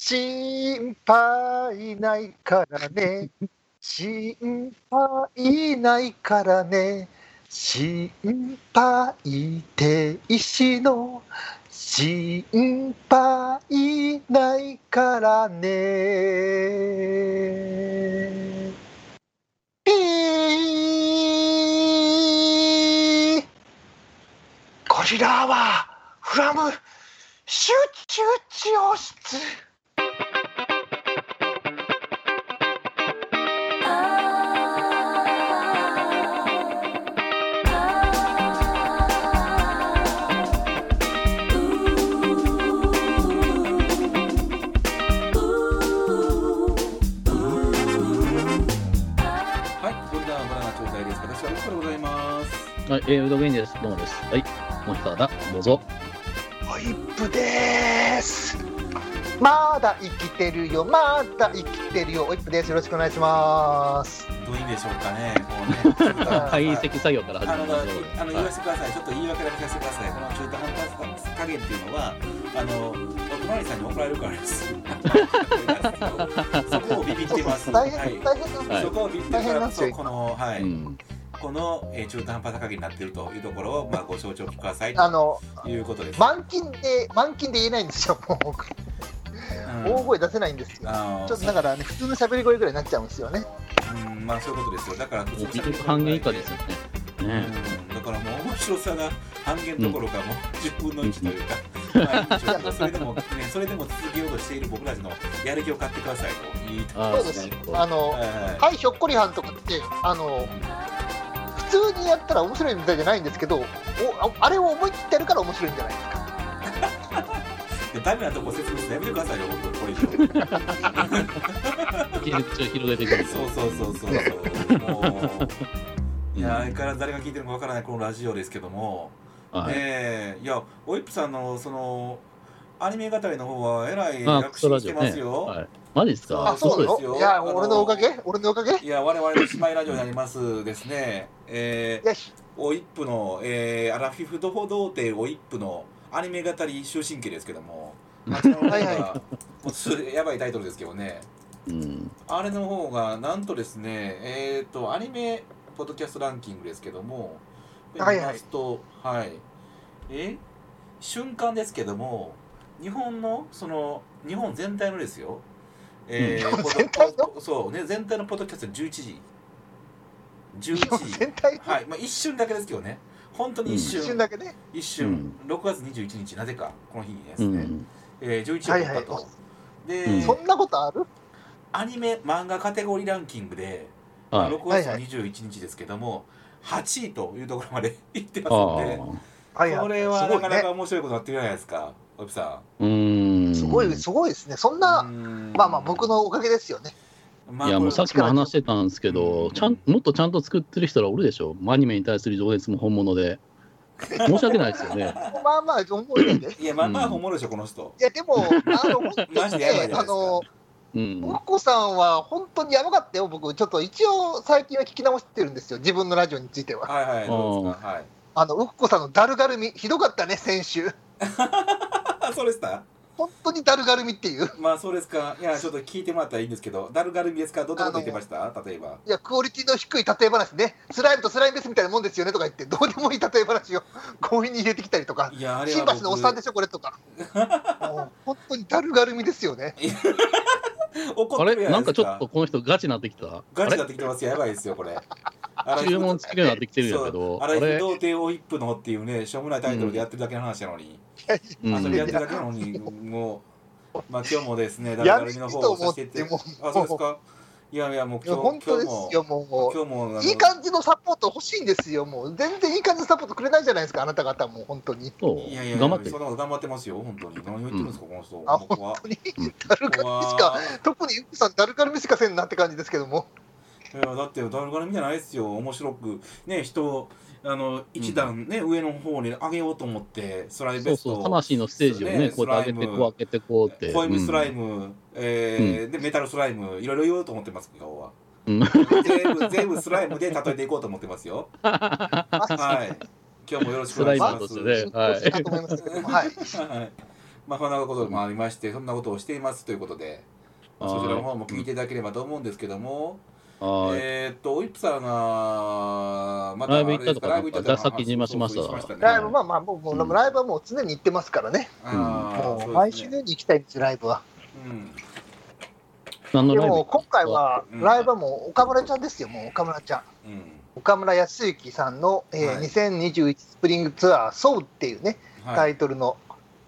心配ないからね、心配ないからね、心配停止の心配ないからね。ピーゴジラはフラム集中治療室。 はい、ウドゲインです。どうもです。はい、もう一方どうぞ。 ホイップです。まだ生きてるよ、まだ生きてるよ。ホイップです。よろしくお願いします。 どういいんでしょうかね。 解析作業から始まります。 言わせてください。ちょっと言い訳だけさせてください。この中途半端加減っていうのは、お隣さんに怒られるからです。そこをビビってます。 大変、 そこをビビってるからこそ、この、はい。この中途半端な加減になっているというところを、ご承知くださいということです。 満勤で言えないんですよ、もう。大声出せないんですよ。ちょっとだからね、普通の喋り声ぐらいになっちゃうんですよね。 まあそういうことですよ。だから普通の喋り声半減以下ですよね。 だからもう面白さが半減どころかもう10分の1というか、それでも続けようとしている僕たちのやる気を買ってくださいと言いたいですね。 はい、ひょっこりはんとかって普通にやったら面白いみたいじゃないんですけど、あれを思い切ってやるから面白いんじゃないですか。 ダメなとこ説明してやめてくださいよ、本当にこれ以上。 広げていく。 そう。もういや、相変わらず誰が聞いてるのかわからないこのラジオですけども、いや、オイップさんのそのアニメ語りの方はえらい躍進してますよ。 マジですか？ そうですよ。いや、俺のおかげ？いや、我々の姉妹ラジオになりますですね。オイップの、アラフィフ童貞オイップのアニメ語り終身刑ですけども、あちらの方がもうやばいタイトルですけどね。あれの方がなんとですね、アニメポッドキャストランキングですけども、見ますと、瞬間ですけども、日本全体のですよ。全体のポッドキャスト11時。 全体はい、一瞬だけですけどね。本当に一瞬だけね。一瞬、6月21日、なぜかこの日にですね、11位を取ったと。で、 そんなことある？ アニメ漫画カテゴリーランキングで、6月21日ですけども、8位というところまで行ってますので、これはなかなか面白いことになってるじゃないですか、おじさん。すごいですね。そんな、僕のおかげですよね。 いや、もうさっきも話してたんですけど、もっとちゃんと作ってる人らおるでしょ。アニメに対する情熱も本物で。申し訳ないですよね。 本物でね。 いや、本物でしょ、この人。 いや、でも、 マジでやばいじゃないですか。 うっこさんは本当にやばかったよ。僕ちょっと一応最近は聞き直してるんですよ、自分のラジオについては。 どうですか。 うっこさんのだるがるみひどかったね、先週。 そうですか。 本当にだるがるみっていう。 そうですか。いや、ちょっと聞いてもらったらいいんですけど、だるがるみですか？どんなこと言ってました？例えば。 いや、クオリティの低い例え話ね。スライムとスライムですみたいなもんですよねとか言って、どうでもいい例え話を強引に入れてきたりとか。新橋のおっさんでしょこれとか。もう本当にだるがるみですよね。 あれ、なんかちょっとこの人ガチになってきた。 ガチになってきてますよ。やばいですよこれ。 注文つけるようになってきてるんやけど、 アラフィフ童貞オイップのっていうね、しょうもないタイトルでやってるだけの話なのに、それやってるだけなのに、もう今日もですね、だるがるみの方をさせて、そうですか。いや、もう今日もいい感じのサポート欲しいんですよ。もう全然いい感じのサポートくれないじゃないですか、あなた方も本当に。 いや、そんなこと頑張ってますよ、本当に。何を言ってるんですか、この人。 本当にだるがるみしか、特にゆっこさんだるがるみしかせんなって感じですけども。 いや、だってだるがるみじゃないですよ。面白くね、人を一段ね、上の方に上げようと思ってスライベスト、 魂のステージをね、こうやって上げてこう開けてこうって、 ホイミスライム、でメタルスライムいろいろ言おうと思ってます今日は。全部スライムで例えていこうと思ってますよ。はい。今日もよろしくお願いします。 はい。 まあそんなこともありまして、そんなことをしていますということで、そちらの方も聞いていただければと思うんですけども、おいっぷさんがまたライブ行ったとか、ライブ行ったとか、先に言いました。 ライブ、まあまあ、もうライブはもう常に行ってますからね。もう毎週のように行きたいんです、ライブは。でも今回はライブはもう岡村ちゃんですよ、もう岡村ちゃん。岡村康之さんの2021スプリングツアー「ソウ」っていうねタイトルの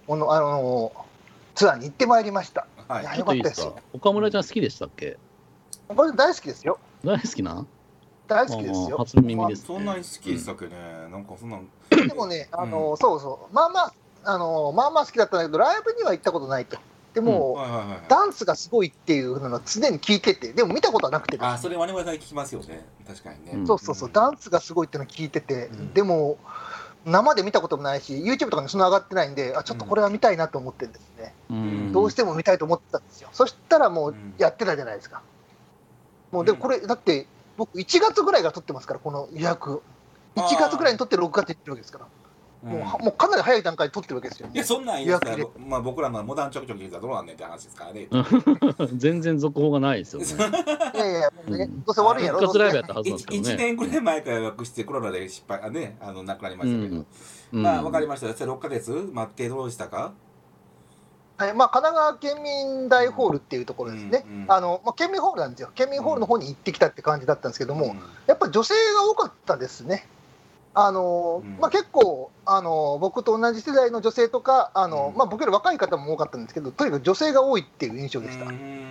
ツアーに行ってまいりました。 よかったですよ。岡村ちゃん好きでしたっけ？ これ大好きですよ。 大好きな？ 大好きですよ。 初耳です。 そんなに好きでしたっけね。なんかそんな。 でもね、そうそう、まあまあ好きだったんだけど、ライブには行ったことないと。でも、ダンスがすごいっていうのは常に聞いてて、でも見たことはなくてですね。 それ我々さん聞きますよね。確かにね。 そうそうそう、ダンスがすごいっていうのを聞いてて、でも生で見たこともないし、YouTube とかにそんな上がってないんで、ちょっとこれは見たいなと思ってるんですね。どうしても見たいと思ってたんですよ。そしたらもうやってたじゃないですか。もうでもこれだって僕1月ぐらいが取ってますから、この予約1月ぐらいに取って6月に行ってるわけですから、もうかなり早い段階で取ってるわけですよ。 いや、そんなんいいですから、まあ僕らのモダンちょくちょく聞いたらどうなんねんって話ですからね。 全然続報がないですよね。 いやいや、もうね、どうせ悪いやろ。 復活ライブやったはずなんですけどね。 1年ぐらい前から予約してコロナで失敗ね、なくなりましたけど、まあ分かりました。6ヶ月待ってどうでしたか？ はい、まあ神奈川県民大ホールっていうところですね。県民ホールなんですよ。県民ホールの方に行ってきたって感じだったんですけども、やっぱ女性が多かったですね。まあ、結構僕と同じ世代の女性とかまあ、僕より若い方も多かったんですけど、とにかく女性が多いっていう印象でした。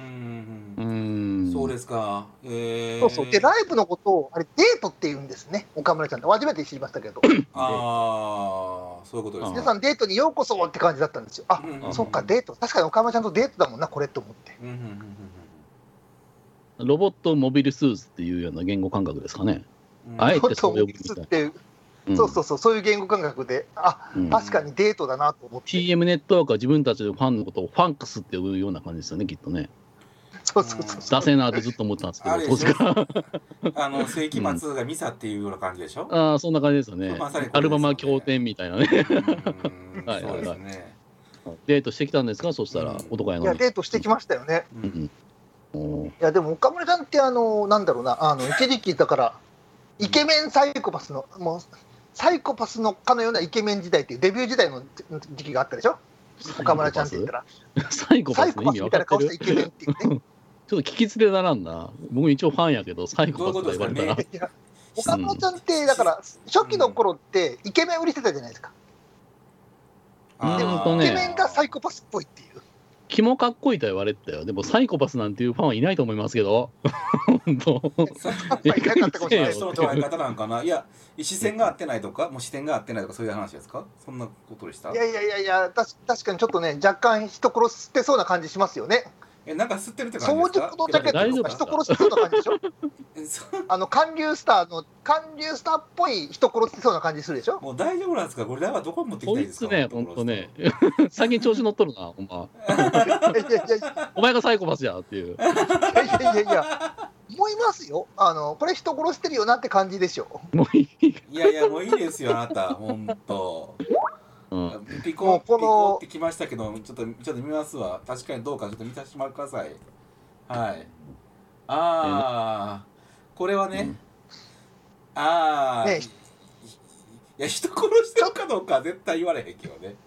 そうですか。 そうそう。でライブのことをあれデートって言うんですね、岡村ちゃんって。初めて知りましたけど。 そういうことですね。 皆さんデートにようこそって感じだったんですよ。そっか、デート、確かに岡村ちゃんとデートだもんなこれと思って。 ロボットモビルスーツっていうような言語感覚ですかね。 あえてそう呼ぶみたいな。そうそうそう、そういう言語感覚で、確かにデートだなと思って。 TM ネットワークは自分たちのファンのことをファンクスって呼ぶような感じですよね、きっとね。 そうそうそう。 出せなってずっと思ったんですけど、当時から。 世紀末がミサっていうような感じでしょ？ そんな感じですよね。アルバムは経典みたいなね。 はいはいはい。 デートしてきたんですか、そしたら、男やの。 いや、デートしてきましたよね。いや、でも岡村ちゃんってなんだろうな、一時期だから、イケメンサイコパスの、もう、サイコパスのかのようなイケメン時代っていうデビュー時代の時期があったでしょ、岡村ちゃんって言ったら。 サイコパスの意味分かってる？ サイコパスみたいな顔したイケメンっていうね。 ちょっと聞きつれだなんだ。僕一応ファンやけど、サイコパスとか言われたら。 岡村ちゃんって、だから、初期の頃ってイケメン売りしてたじゃないですか。でも、イケメンがサイコパスっぽいっていう。 キモかっこいいと言われてたよ。でもサイコパスなんていうファンはいないと思いますけど。本当。 その捉え方なんかな。いや、視線が合ってないとか、もう視点が合ってないとかそういう話ですか？そんなことでした？ いや、確かにちょっとね、若干人殺してそうな感じしますよね。 なんか吸ってるって感じですか？ 早熟のジャケットとか人殺してそうな感じでしょ？韓流スターっぽい人殺してそうな感じするでしょ？ もう大丈夫なんですか？これはどこ持ってきたいですか？ こいつね、ほんとね、最近調子乗っとるな、ほんま。お前がサイコパスやっていう。 いや、思いますよ。これ人殺してるよなって感じでしょ。 もういい。 いや、もういいですよ、あなた、ほんと。ピコってきましたけど、ちょっと見ますわ。確かにどうかちょっと見させてもらってください。はい。これはね、いや、人殺してるかどうかは絶対言われへんけどね。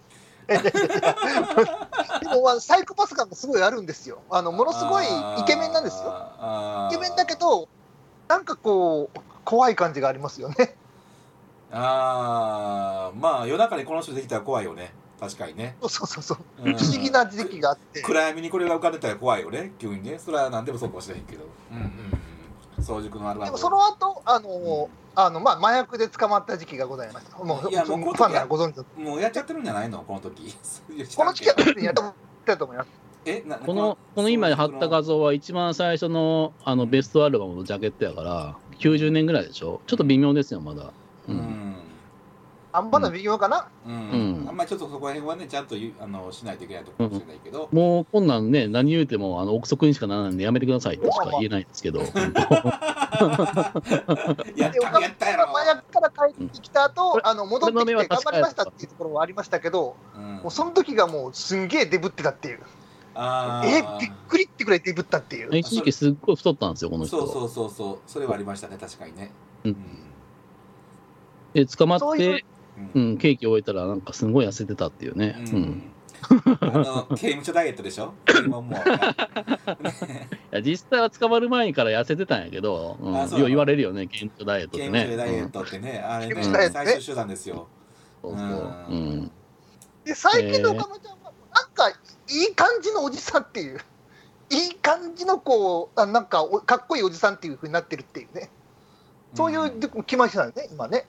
でもサイコパス感がすごいあるんですよ。ものすごいイケメンなんですよ。イケメンだけど、なんかこう、怖い感じがありますよね。 まあ夜中にこの人できたら怖いよね。確かにね。 そう、不思議な時期があって、 暗闇にこれが浮かんでたら怖いよね、急にね。それは何でもそうかもしれへんけど。早熟のアルバム。 でもその後まあ麻薬で捕まった時期がございました。もうファンならご存知だと。 もうやっちゃってるんじゃないの、この時。 この時期は別にやったと思います。 この今貼った画像は一番最初のベストアルバムのジャケットやから90年ぐらいでしょ。ちょっと微妙ですよまだ。 まだ微妙かな。 あんまりちょっとそこら辺はねちゃんとしないといけないところかもしれないけど、 もうこんなんね何言うても憶測にしかならないんでやめてくださいとしか言えないんですけど。 やったやろ。 麻薬から帰ってきた後戻ってきて頑張りましたっていうところはありましたけど、もうその時がもうすんげえデブってたっていう。びっくりってくらいデブったっていう。 一時期すっごい太ったんですよこの人。 そうそれはありましたね確かにね。 で捕まってケーキを終えたらなんかすごい痩せてたっていうね。 刑務所ダイエットでしょ。 いや実際は捕まる前から痩せてたんやけど、よう言われるよね刑務所ダイエットってね。 刑務所ダイエットってね、あれね最終手段ですよ。 で最近の岡村ちゃんはなんかいい感じのおじさんっていう、いい感じのこうなんかかっこいいおじさんっていう風になってるっていうね、そういう気持ちなんね今ね。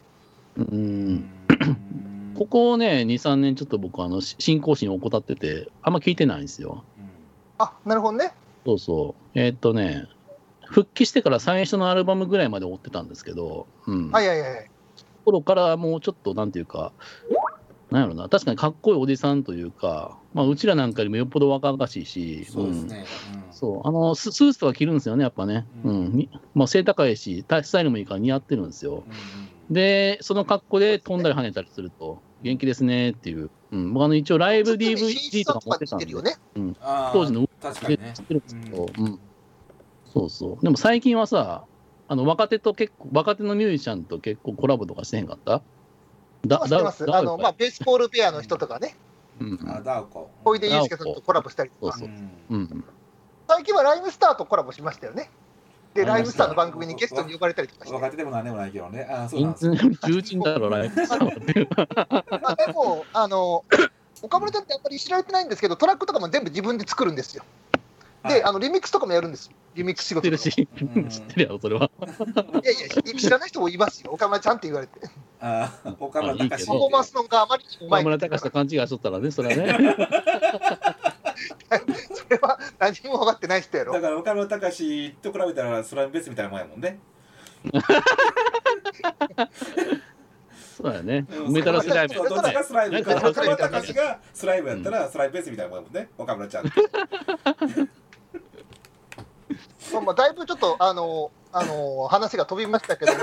ここね 2,3 年ちょっと僕信仰心を怠っててあんま聞いてないんですよ。 なるほどね。 そうそう復帰してから最初のアルバムぐらいまで追ってたんですけど、頃からもうちょっとなんていうかなんやろな、確かにかっこいいおじさんというか、うちらなんかよりもよっぽど若々しいし、そうですね。そうスーツとか着るんですよねやっぱね。背高いしスタイルもいいから似合ってるんですよ。でその格好で飛んだり跳ねたりすると元気ですねっていう、僕一応ライブ DVD とか持ってたんで、当時の確かにね。 知ってるんですけど、そうそう。でも最近はさ若手のミュージシャンと結構コラボとかしてへんかった？ してます。ベースボールペアの人とかね、小出祐介さんとコラボしたりとか、最近はライムスターとコラボしましたよね。でライムスターの番組にゲストに呼ばれたりとかして。 若手でも何でもないけどね。 重鎮だろライムスターって。 でも岡村ちゃんってあんまり知られてないんですけど、トラックとかも全部自分で作るんですよ。でリミックスとかもやるんですよ。リミックス仕事。 知ってるやろそれは。 いや知らない人もいますよ。岡村ちゃんって言われて。 岡村隆史。 パフォーマンスのがあまりにもうまい。 岡村隆史と勘違いしとったらねそれはね。 それは何も分かってない人やろ。 だから岡村隆史と比べたらスライムベースみたいなもんやもんね。 そうだね。メタルスライム。 どっちがスライムか。岡村隆史がスライムやったらスライムベースみたいなもんやもんね。岡村ちゃん。 だいぶちょっと話が飛びましたけども、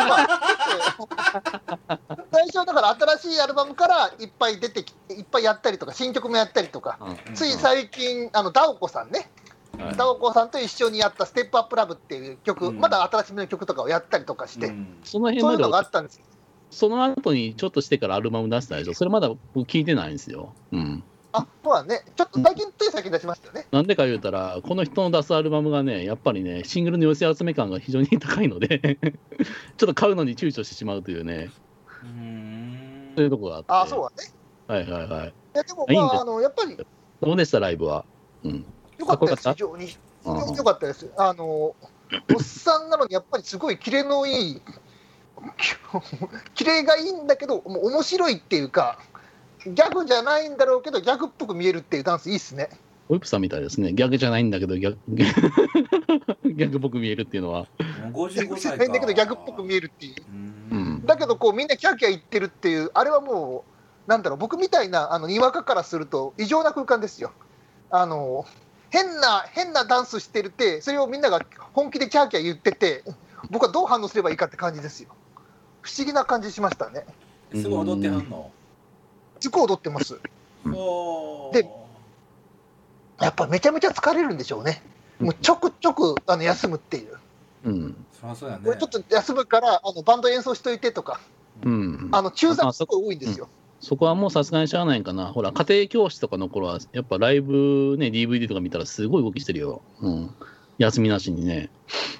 最初だから新しいアルバムからいっぱい出てきていっぱいやったりとか新曲もやったりとか、つい最近ダオコさんね、ダオコさんと一緒にやった「ステップアップラブ」っていう曲、まだ新しめの曲とかをやったりとかして、 そういうのがあったんですよ。その後にちょっとしてからアルバム出したでしょ。それまだ僕聞いてないんですよ。 そうだね。ちょっと最近出しましたよね。 なんでか言うたらこの人の出すアルバムがねやっぱりねシングルの寄せ集め感が非常に高いのでちょっと買うのに躊躇してしまうというね。そういうとこがあって。 そうだね。 はい。 でもやっぱりどうでしたライブは。 よかったです。非常によかったです。おっさんなのにやっぱりすごいキレのいいキレがいいんだけどもう面白いっていうか。ギャグじゃないんだろうけどギャグっぽく見えるっていうダンスいいっすね。 ホイップさんみたいですね。ギャグじゃないんだけどギャグっぽく見えるっていうのは。 55歳か。ギャグじゃないんだけどギャグっぽく見えるっていう。だけどこうみんなキャーキャー言ってるっていうあれはもうなんだろう、僕みたいなにわかからすると異常な空間ですよ。変なダンスしてるってそれをみんなが本気でキャーキャー言ってて僕はどう反応すればいいかって感じですよ。不思議な感じしましたね。 すごい踊ってはんの。 すごい踊ってます。でやっぱめちゃめちゃ疲れるんでしょうね。もうちょくちょく休むっていう、 そうやね、 これちょっと休むからバンド演奏しといてとか、中座すごい多いんですよ。 そこはもうさすがにしゃあないんかな。ほら家庭教師とかの頃はやっぱライブね DVD とか見たらすごい動きしてるよ、休みなしにね。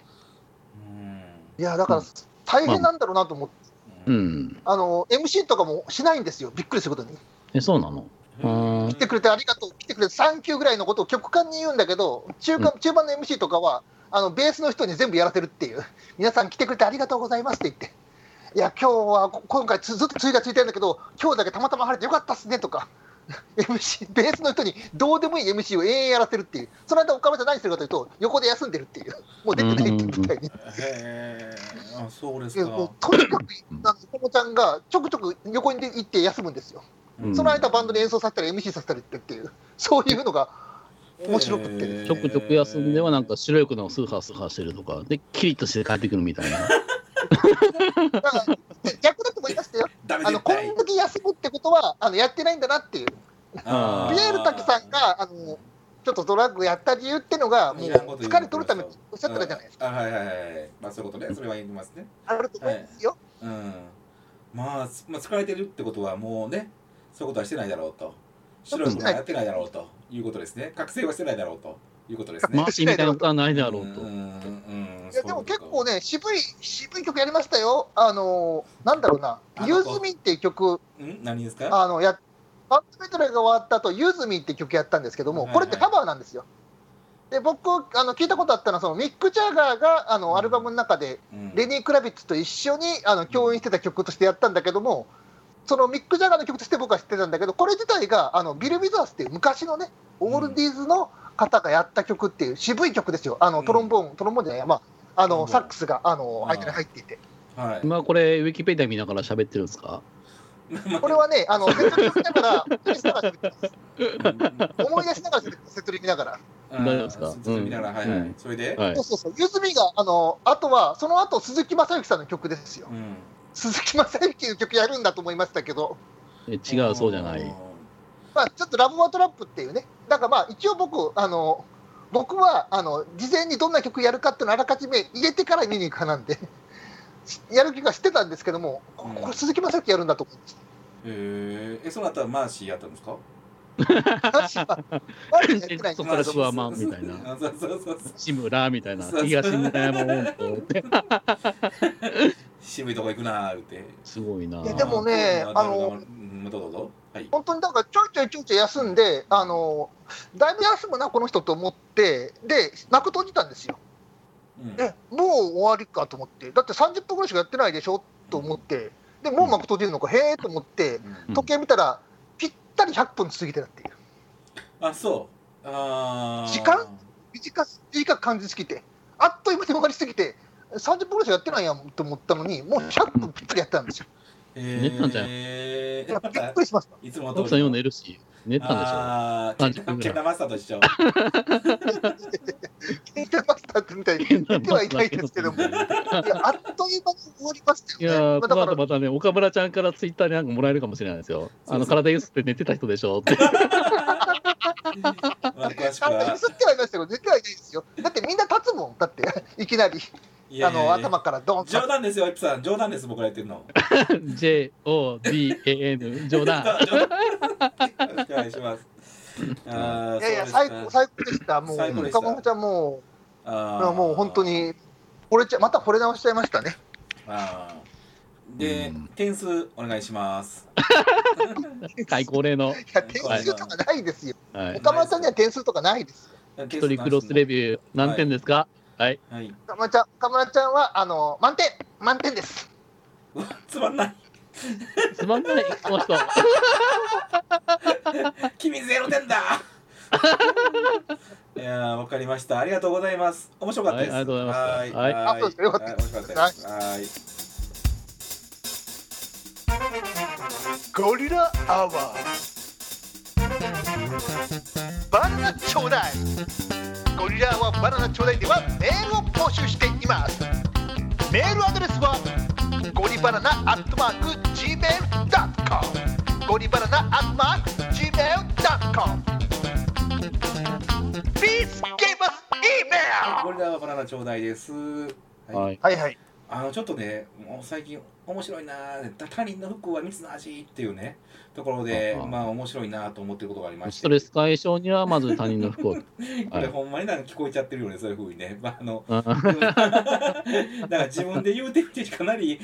いやだから大変なんだろうなと思って、MC とかもしないんですよ、びっくりすることに。 そうなの。 来てくれてありがとう、来てくれてサンキューぐらいのことを曲間に言うんだけど、中盤の MC とかはベースの人に全部やらせるっていう、皆さん来てくれてありがとうございますって言って、いや今日は今回ずっと梅雨がついてるんだけど今日だけたまたま晴れてよかったっすねとか、 MC ベースの人にどうでもいい MC を永遠やらせるっていう。その間岡村さん何してるかというと横で休んでるっていう、もう出てないっていうみたいに。 あ、そうですか。 とにかく岡村ちゃんがちょくちょく横に行って休むんですよ。その間バンドで演奏させたり MC させたりっていう、そういうのが面白くて、 ちょくちょく休んではなんか白い粉をスーハースーハーしてるとかでキリッとして帰ってくるみたいな。 だから逆だと思いましたよ。こんだけ休むってことはやってないんだなっていう。ピエール滝さんがちょっとドラッグやった理由っていうのがもう疲れ取るためにおっしゃってたじゃないですか。 はいはいはい。まあそういうことね。それは言いますね。 あると思うんですよ。 まあ疲れてるってことはもうね、そういうことはしてないだろうと。白い粉はやってないだろうということですね。覚醒はしてないだろうということですね。 マーシーみたいなことはないだろうと。 いやでも結構ね渋い曲やりましたよ。なんだろうな、ユーズミっていう曲、 何ですか？ バンドメドレーが終わった後ユーズミって曲やったんですけども、これってカバーなんですよ。で僕聞いたことあったのはそのミック・ジャガーがアルバムの中でレニー・クラビッツと一緒に共演してた曲としてやったんだけども、そのミック・ジャガーの曲として僕は知ってたんだけど、これ自体がビル・ウィザースっていう昔のねオールディーズの方がやった曲っていう渋い曲ですよ。トロンボーンじゃない、まあサックスが間に入っていて、 今これウィキペディア見ながら喋ってるんですか？ これはねセトリ見ながら思い出しながら喋ってます。思い出しながらセトリ見ながら。 大丈夫ですか？ それでそうユズミがあとはその後鈴木雅之さんの曲ですよ。鈴木雅之の曲やるんだと思いましたけど、 違う、そうじゃない。 まあちょっとラブマトラップっていうね、だからまあ一応僕は事前にどんな曲やるかっていうのをあらかじめ入れてから見に行く派なんでやる気がしてたんですけども、これ鈴木雅之やるんだと思いました。 その後はマーシーやったんですか？ マーシーやってないんですか？ そこはマンみたいな、志村みたいな、東村山本島って渋いとこ行くなーって。 すごいな。 でもね本当になんかちょいちょい休んでだいぶ休むなこの人と思って、で幕閉じたんですよ。もう終わりかと思って、だって30分ぐらいしかやってないでしょと思って、でもう幕閉じるのかへえと思って時計見たらぴったり100分過ぎてたっていう。 あ、そう。 時間短く感じすぎて、あっという間に終わりすぎて30分ぐらいしかやってないやんと思ったのに、もう100分ぴったりやったんですよ。 寝たんじゃん。 びっくりしました。 いつも奥さんよう寝るし、寝たんでしょ。 ケンタマスターと一緒。 ケンタマスターみたいに寝てはいないですけども、あっという間に終わりましたよね。 いやこの後またね、岡村ちゃんからツイッターでなんかもらえるかもしれないですよ。体ゆすって寝てた人でしょって。 ゆすってはいましたけど、寝てはいないですよ。だってみんな立つもん、だっていきなり。頭からドンと。 冗談ですよ、イプさん。冗談です、僕が言ってるの。 JODAN 冗談。 お願いします。 いや最高でした。もう岡本ちゃんもう本当にまた惚れ直しちゃいましたね。 で、点数お願いします。 最高齢の。 いや点数とかないですよ。岡本さんには点数とかないですよ。 一人クロスレビュー何点ですか？はい。 岡村ちゃんは満点です。 つまんない。 つまんないこの人。 君0点だ。いやわかりました。ありがとうございます。面白かったです。 ありがとうございます。 はい。そうですか。よかったです。 はい。 ゴリラアワー。バナナちょうだい。ゴリラはバナナちょうだいではメールを募集しています。メールアドレスはゴリバナナ@gmail.com ゴリバナナ@gmail.com Please give us email。 ゴリラはバナナちょうだいです。 はい。 ちょっとね、もう最近面白いな、他人の服は蜜の味っていうねところで、面白いなと思ってることがありまして、 ストレス解消にはまず他人の服をこれほんまになんか聞こえちゃってるよね、そういうふうにね。だから自分で言うてみてかなり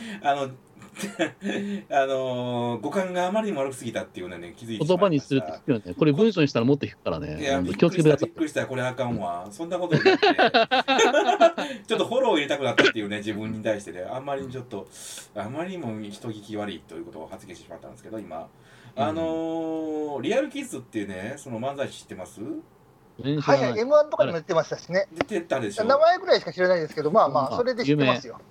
五感があまりにも悪すぎたっていうのね、気づいてしまいました。 言葉にするって聞くよね。これ文章にしたらもっと引くからね。 いや、びっくりした、これあかんわ。そんなことになって、ちょっとフォローを入れたくなったっていうね、自分に対してね、あまりにも人聞き悪いということを発言してしまったんですけど、今。 リアルキッズっていうね、その漫才師知ってます？ はいはい、M1 とかにも出てましたしね。 出てたでしょ。 名前ぐらいしか知らないですけど、まあまあ、それで知ってますよ。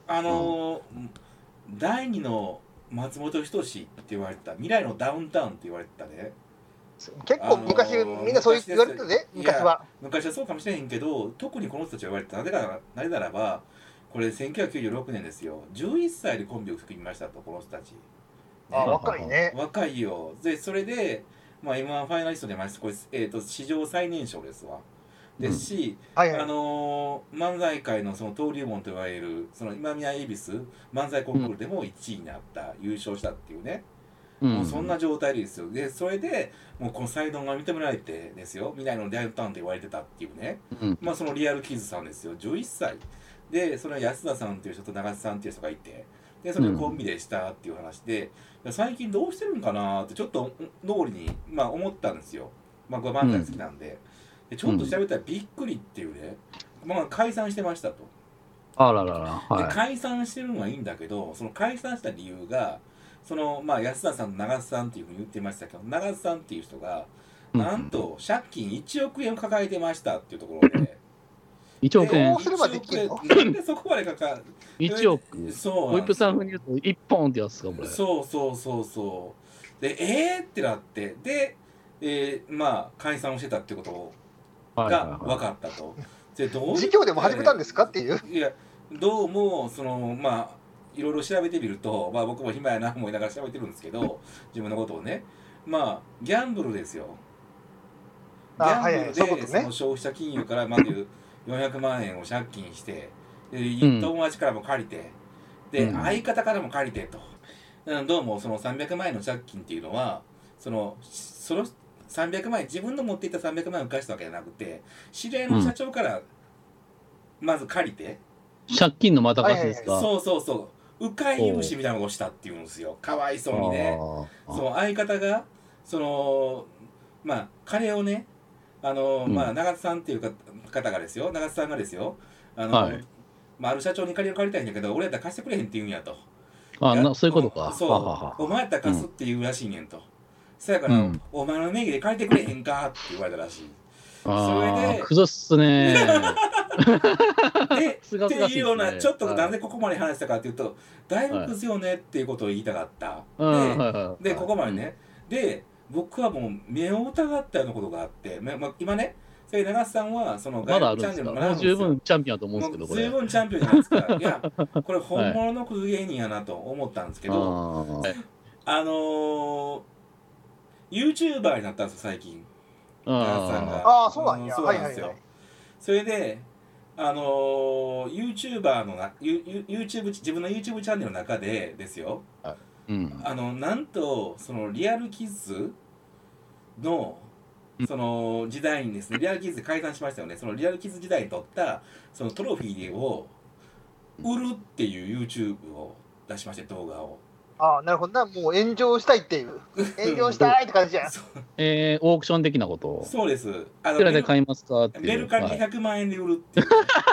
第2の松本人志って言われた、未来のダウンタウンって言われてたね。 結構昔、みんなそう言われてたね、昔は。 昔はそうかもしれへんけど、特にこの人たちは言われてた。なぜならば、これ1996年ですよ。11歳でコンビを組みましたと、この人たち。 若いね。 若いよ。で、それで、まあ、M1 ファイナリストでまして、これ、史上最年少ですわ。ですし、漫才界のその登竜門と言われる、その今宮恵比寿漫才コンクールでも1位になった、優勝したっていうね。もうそんな状態ですよ。で、それで、もうこの才能が認められてですよ、未来のダウンタウンと言われてたっていうね。まあ、そのリアルキッズさんですよ。11歳。で、それは安田さんっていう人と長瀬さんっていう人がいて、で、それコンビでしたっていう話で、最近どうしてるんかなってちょっと脳裏に、まあ、思ったんですよ。まあ、これ漫才好きなんで。でちょっと調べたらびっくりっていうね、まあ、解散してましたと。 あららら、 はい、で解散してるのはいいんだけど、その解散した理由が、そのまあ安田さんと長瀬さんっていうふうに言ってましたけど、長瀬さんっていう人が、なんと借金1億円を抱えてましたっていうところで。 1億円。 どうすればできるの？ なんでそこまでかかる 1億。そう。ホイップさん風に言うと1本ってやつか、これ。 そうそう。で、ってなって、で、まあ解散をしてたってことを。が分かったと。 でどう事業でも始めたんですかっていう。 いや、どうもそのまあいろいろ調べてみると、まあ僕も暇やな思いながら調べてるんですけど、自分のことをね、まあギャンブルですよ。ギャンブルでその消費者金融からまず400万円を借金して、で友達からも借りて、で相方からも借りてと。どうもその300万円の借金っていうのはその300万円、自分の持っていた300万円を返したわけじゃなくて、知り合いの社長からまず借りて、 借金のまた貸しですか？ そう、迂回融資みたいなのをしたっていうんですよ。かわいそうにね。その相方がそのまあ金をね、まあ長津さんっていう方がですよ、長津さんがですよ、まあある社長に借りを借りたいんだけど、俺やったら貸してくれへんって言うんやと。 そういうことか。 そう、お前やったら貸すって言うらしいねんと。そやから、お前の名義で借りてくれへんかって言われたらしい。それでクズっすねっていうような、ちょっとなんでここまで話したかっていうと、だいぶクズよねっていうことを言いたかった。でここまでね。で僕はもう目を疑ったようなことがあって、今ね、長瀬さんはそのまだあるんですか？もう十分チャンピオンだと思うんですけど、これ十分チャンピオンじゃないですか。いや、これ本物のクズ芸人やなと思ったんですけど、YouTuber になったんですよ最近。長瀬さんが。 そうなんや。そうなんですよ。 それでYouTuber のYouTube 自分の YouTube チャンネルの中でですよ。なんとそのリアルキッズのその時代にですね、リアルキッズで解散しましたよね。そのリアルキッズ時代に撮ったそのトロフィーを売るっていう YouTube を出しまして、動画を。 なるほどな。もう炎上したいっていう。炎上したいって感じじゃん。 オークション的なことを。 そうです。いくらで買いますかっていう。 メルカリで100万円で売るっていう。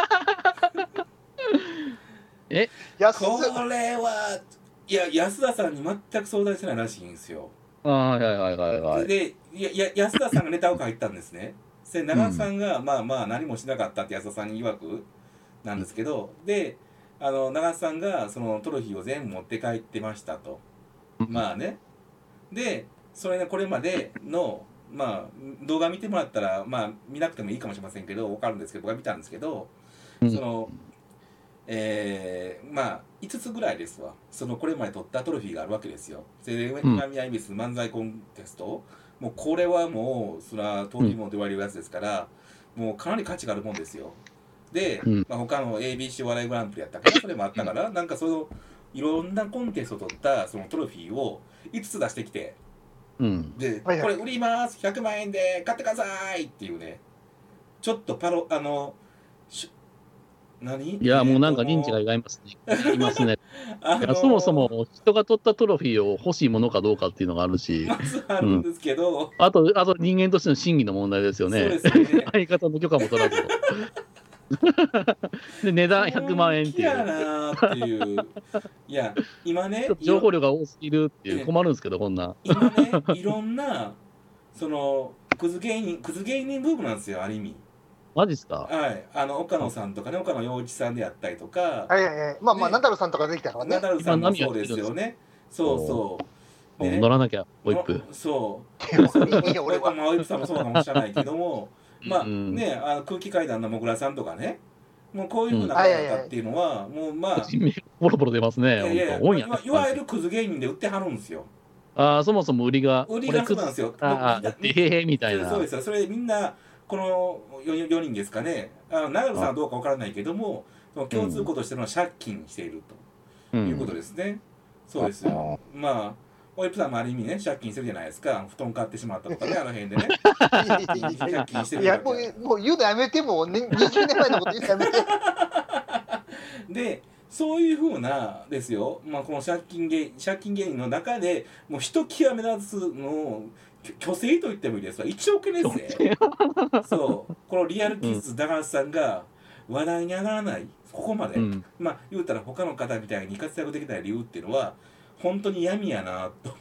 これはいや、安田さんに全く相談してないらしいんですよ。で、安田さんがネタを書いたんですね。長瀬さんがまあ何もしなかったって安田さんに曰くなんですけど、で長瀬さんがそのトロフィーを全部持って帰ってましたと。まあね。でそれね、これまでのまあ動画見てもらったら、まあ見なくてもいいかもしれませんけど、分かるんですけど、僕は見たんですけど、そのまあ5つぐらいですわ。そのこれまで取ったトロフィーがあるわけですよ。それで今宮恵比寿漫才コンテスト、もうこれはもうそれは登竜門と言われるやつですから、もうかなり価値があるもんですよ。で、まあ、他の ABC お笑いグランプリやったからそれもあったから、なんかそのいろんなコンテストを取ったそのトロフィーを5つ出してきて、でこれ売ります100万円で買ってくださいっていうね、ちょっと何？ いやもうなんか認知が違いますね。いますね。そもそも人が取ったトロフィーを欲しいものかどうかっていうのがあるし、 まずあるんですけど、 あと人間としての真偽の問題ですよね。 そうですね。 相方の許可も取らず。 で値段100万円っていう。 やなっていう。いや今ね情報量が多すぎるっていう困るんですけどこんな。 今ねいろんなそのクズ芸人ブームなんですよある意味。 マジっすか。 はい、岡野さんとかね、岡野陽一さんであったりとか、 まあ、ナダルさんとかできたからね。 ナダルさんもそうですよね。そう。 乗らなきゃ、ホイップ。 そう。俺はホイップさんもそうかもしれないけども、まあね、空気階段のもぐらさんとかね、もうこういうふうな方々っていうのは、もうまあ、 ボロボロ出ますね。 いわゆるクズ芸人で売ってはるんですよ。 そもそも売りがそうなんですよ。 みたいな。 そうですよ。それでみんな、この4人ですかね、長野さんはどうかわからないけども、共通項としての借金しているということですね。そうですよ。まあ、ホイップさんもある意味ね、借金してるじゃないですか。布団買ってしまったとかね、あの辺でね。借金してる。 いや、もう言うのやめて、もう20年前のこと言うのやめて。 で、そういうふうなですよ、まあ、この借金芸人の中でもうひときわ目立つのを虚勢と言ってもいいですわ。1億円ですね。そうこのリアルキッズ高橋さんが話題に上がらないここまで、まあ言うたら他の方みたいに活躍できない理由っていうのは本当に闇やなと思って。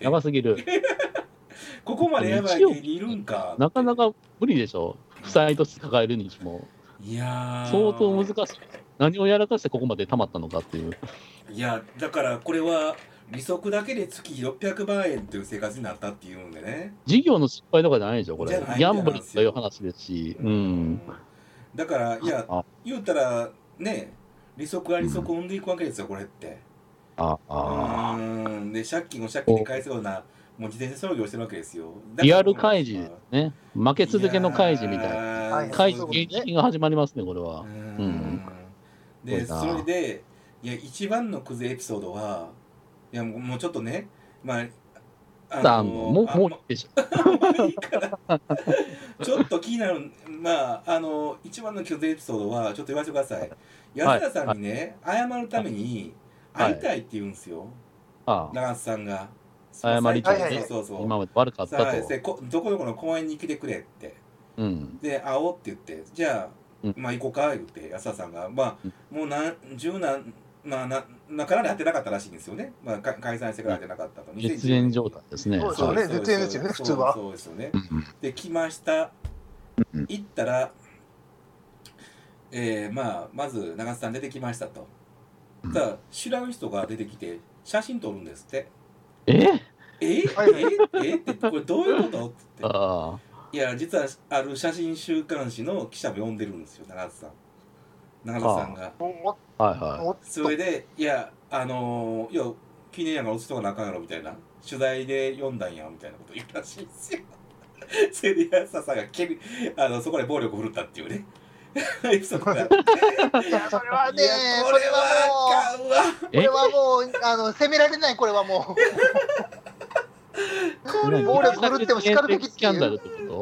やばすぎる。 ここまでやばい芸人いるんか。 なかなか無理でしょ。負債として抱えるにしても。 いや相当難しい。何をやらかしてここまで溜まったのかっていう。 いやだからこれは利息だけで月600万円という生活になったっていうんでね。 事業の失敗とかじゃないでしょこれ。ギャンブルという話ですし。 だからいや言うたらね利息が利息を生んでいくわけですよこれって。で借金で返すようなもう自転車操業してるわけですよ。 リアル開示ですね。負け続けの開示みたいな。開示現金が始まりますねこれは。 でそれでいや一番のクズエピソードはいやもうちょっとねまあもういいでしょいいからちょっと気になるまあ一番のクズエピソードはちょっと言わせてください。安田さんにね、謝るために会いたいって言うんですよ、長瀬さんが。 謝りたいね。今まで悪かったと。 どこどこの公園に来てくれって、で会おうって言って、じゃあ、まあ行こうか言って安田さんがまあもう十何まあかなり会ってなかったらしいんですよね。まあ解散してから会ってなかったと。 絶縁状態ですね。 そうですよね。絶縁ですよね普通は。 そうですよね。で来ました。行ったらまず長瀬さん出てきましたと。ただ知らん人が出てきて写真撮るんですって。ってこれどういうことって言って。いや実はある写真週刊誌の記者も呼んでるんですよ長瀬さんが。それでいや記念やから写しとかなあかんやろみたいな取材で読んだんやみたいなこと言うらしいんですよ。それで安田さんがそこで暴力を振るったっていうねエピソードがあって。 いやそれはねこれはもう責められない。これはもう暴力振るっても叱るべきっていう。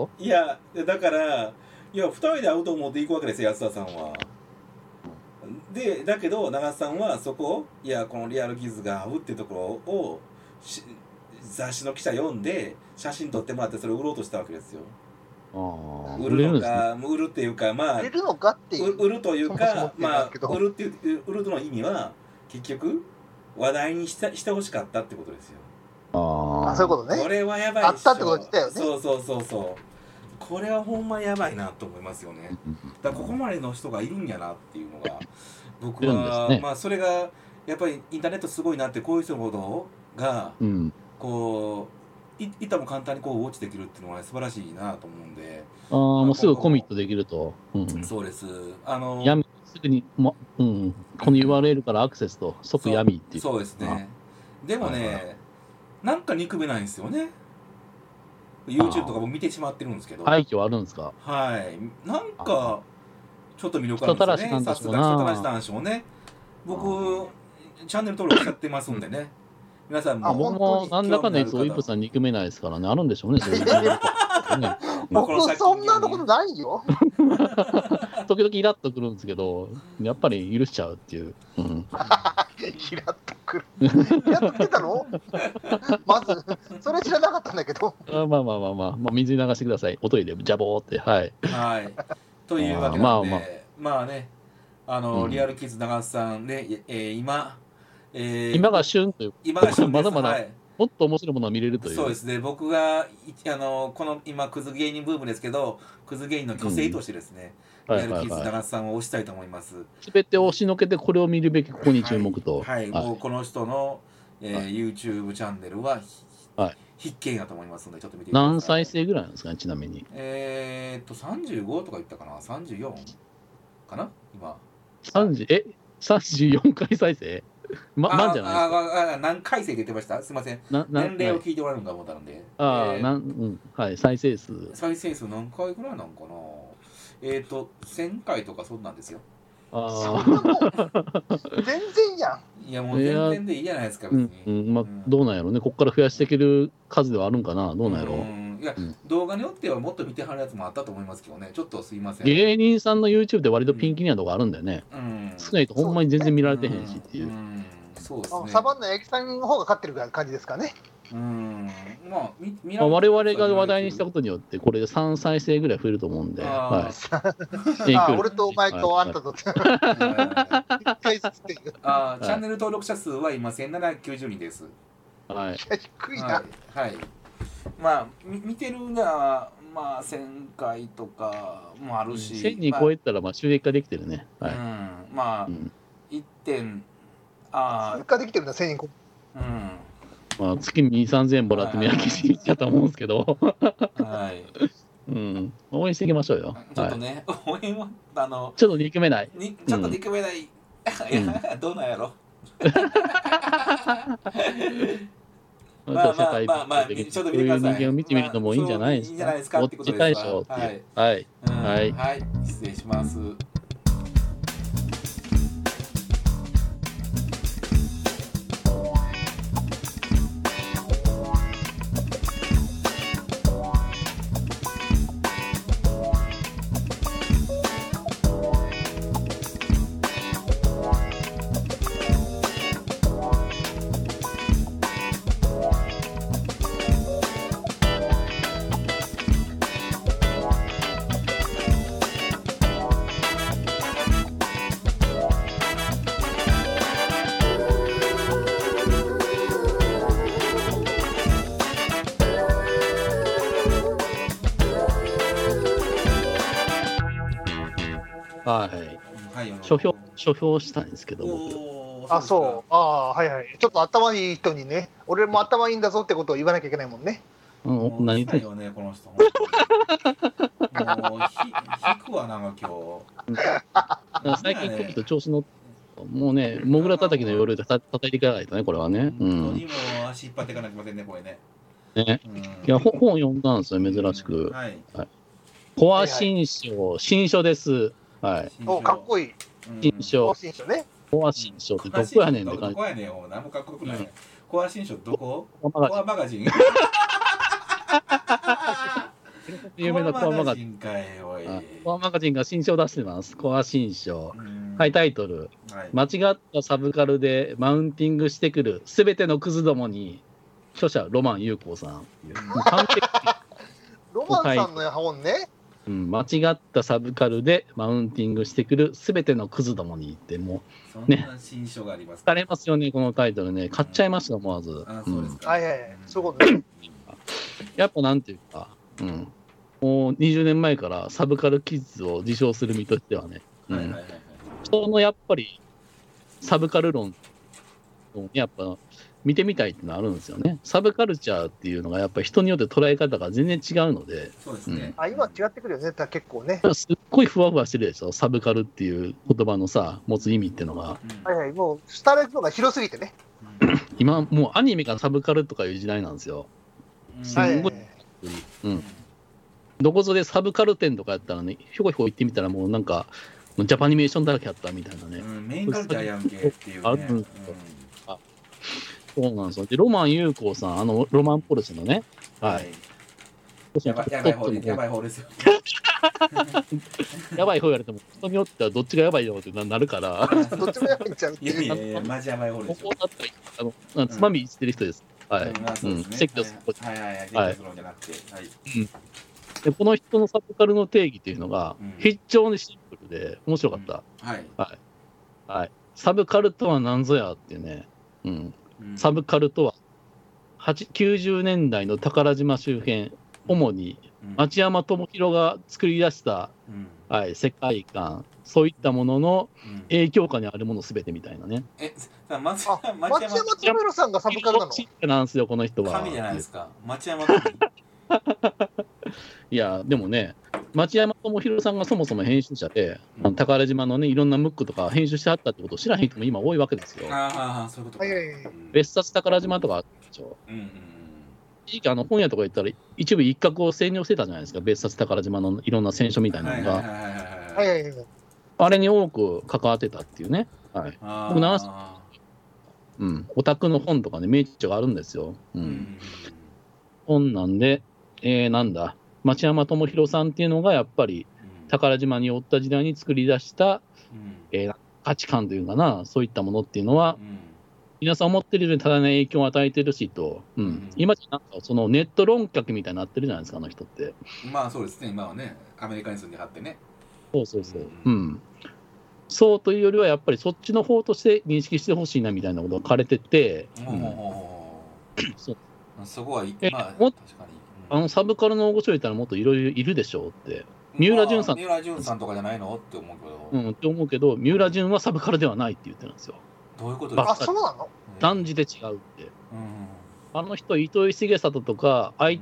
いやだから2人で会うと思って行くわけですよ安田さんは。でだけど長瀬さんはそここのリアルキッズが会うっていうところを雑誌の記者読んで写真撮ってもらってそれを売ろうとしたわけですよ。売るのか売るっていうかまあ売るのかっていう売るというかまあ売るの意味は結局話題にしてほしかったってことですよ。 そういうことね。 これはやばいあったってこと言ったよね。 そうこれはほんまやばいなと思いますよね。だからここまでの人がいるんやなっていうのが僕はまあそれがやっぱりインターネットすごいなってこういう人のことがこういたも簡単にこうウォッチできるっていうのは素晴らしいなと思うんで。 もうすぐコミットできると。 そうです。 闇すぐにこの URL からアクセスと即闇っていう。 そうですね。でもねなんか憎めないんですよね。YouTube とかも見てしまってるんですけど。 廃墟あるんですか。 はい。なんかちょっと魅力あるんですよね。さすが人たらしなんでしょうね。僕チャンネル登録しちゃってますんでね。皆さんも僕もなんだかねそうイップさん憎めないですからねあるんでしょうね。 僕そんなことないよ。 時々イラッとくるんですけどやっぱり許しちゃうっていう。 イラッとくる。イラッと来てたの？まずそれ知らなかったんだけど。 まあ水に流してください。おトイレジャボーってはい。 というわけなんでまあね、リアルキッズ長瀬さんね、今が旬という、 今が旬です。 まだまだ、もっと面白いものが見れるという。 そうですね、僕がこの今クズ芸人ブームですけど、クズ芸人の虚勢としてですね、リアルキッズ長瀬さんを推したいと思います。 すべて押しのけてこれを見るべき、ここに注目と。 はい、もうこの人の、YouTube チャンネルは必見やと思いますので、ちょっと見てください。 何再生ぐらいなんですかね、ちなみに。 35とか言ったかな、34かな、今。 34回再生じゃない何回生って言ってました？すみません。年齢を聞いてもらえるのか思ったので。 はい、再生数。 再生数何回ぐらいなんかな。1000回とかそんなんですよ。 全然やん。 いやもう全然でいいじゃないですか。別に。 まあどうなんやろうね。ここから増やしていける数ではあるんかな。どうなんやろう。 いや、動画によってはもっと見てはるやつもあったと思いますけどね。ちょっとすいません。 芸人さんの YouTube で割とピンキリなとこあるんだよね。少ないとほんまに全然見られてへんしっていう。 そうですね。 サバンナ八木さんの方が勝ってる感じですかね。 まあ我々が話題にしたことによってこれで3再生ぐらい増えると思うんで。 俺とお前とあんたと。チャンネル登録者数は今1790人です。 はい。低いな。 はい。まあ見てるのはまあ1000回とかもあるし、 1000人超えたらまあ収益化できてるね。はい。 まあ1点収益化できてるんだ1000人超え。 まあ月に2,000-3,000円もらって目焼きしちゃったと思うんですけど。 はい。 応援していきましょうよ。 ちょっとね、応援はちょっと憎めない。 ちょっと憎めない。いやどうなんやろ。まあ、ちょっと見てください。 人間を見てみるのもいいんじゃないですか。 いいんじゃないですかってことですか。 はい。 失礼します。 書評したんですけど、 そう。はいはい。ちょっと頭いい人にね、俺も頭いいんだぞってことを言わなきゃいけないもんね。 何言ってんのね、この人。もう引くわなんか今日。最近ちょっと調子のもうね、モグラ叩きの夜で叩いていかないとね、これはね。 本当にもう足引っ張っていかなきゃいけませんね、これね。 いや本読んだんですよ、珍しく。コア新書、新書です。はい。 かっこいい。 新書。 ね。 コア新書ってどこやねんって感じ。 どこやねん、何もかっこよくない。コア新書どこ？コアマガジン。 有名なコアマガジン。コアマガジンが新書を出してます。コア新書。はい、タイトル。間違ったサブカルでマウンティングしてくるすべてのクズどもに、著者ロマン優子さん。 ロマンさんの本ね。 間違ったサブカルでマウンティングしてくるすべてのクズどもに言ってもね、新書があります。 疲れますよね、このタイトルね。買っちゃいました、思わず。 そうですか。 はいはいはい。そういうことね。 やっぱなんていうか、もう20年前からサブカルキッズを自称する身としてはね、人のやっぱりサブカル論をやっぱ見てみたいってのあるんですよね。サブカルチャーっていうのがやっぱり人によって捉え方が全然違うので。 そうですね。 今違ってくるよね、結構ね。 すっごいふわふわしてるでしょ、サブカルっていう言葉のさ、持つ意味っていうのが。 はいはい、もうスタイルが広すぎてね。 今もうアニメがサブカルとかいう時代なんですよ。すんごい。どこぞでサブカル店とかやったらね、ひょこひょこ行ってみたらもうなんか、ジャパニメーションだらけやったみたいなね。 メインカルチャーやんけっていうね。 そうなんですよ。で、ロマン優子さん、ロマンポルシェのね。はい。 やばい方ですよ。 やばい方言われても、人によってはどっちがやばいよってなるから。 どっちもやばいんちゃうっていう。 いや、マジやばい方ですよ。 ここだったら、つまみしてる人です。はい。席とで、この人のサブカルの定義っていうのが、非常にシンプルで面白かった。 はいはいはい。サブカルとは何ぞやっていうね。サブカルとは90年代の宝島周辺、主に町山智博が作り出した、世界観、そういったものの影響下にあるものすべてみたいなね。 町山智博さんがサブカルなの？ なんですよ、この人は。 神じゃないですか。町山神。 いや、でもね、町山智博さんがそもそも編集者で、宝島のね、いろんなムックとか編集してあったってことを知らへん人も今多いわけですよ。 そういうことか。 別冊宝島とかあったでしょ。一時期本屋とか行ったら一部一角を占領してたじゃないですか、別冊宝島のいろんな選書みたいなのが。あれに多く関わってたっていうね。はい、僕オタクの本とかね、名著があるんですよ。本なんで、なんだ、町山智博さんっていうのがやっぱり宝島におった時代に作り出した、価値観というかな、そういったものっていうのは、皆さん思ってるより多大な影響を与えてるしと、今じゃなんかそのネット論客みたいになってるじゃないですか、あの人って。 まあそうですね、今はね、アメリカに住んではってね。 そうというよりはやっぱりそっちの方として認識してほしいなみたいなことが書かれてて、 そこは、 確かに。サブカルの大御所言ったらもっといろいろいるでしょうって。三浦淳さんとかじゃないのって思うけど。って思うけど、三浦淳はサブカルではないって言ってるんですよ。 どういうことですか？ そうなの？ 断じて違うって。あの人、糸井重里とか、ああいった、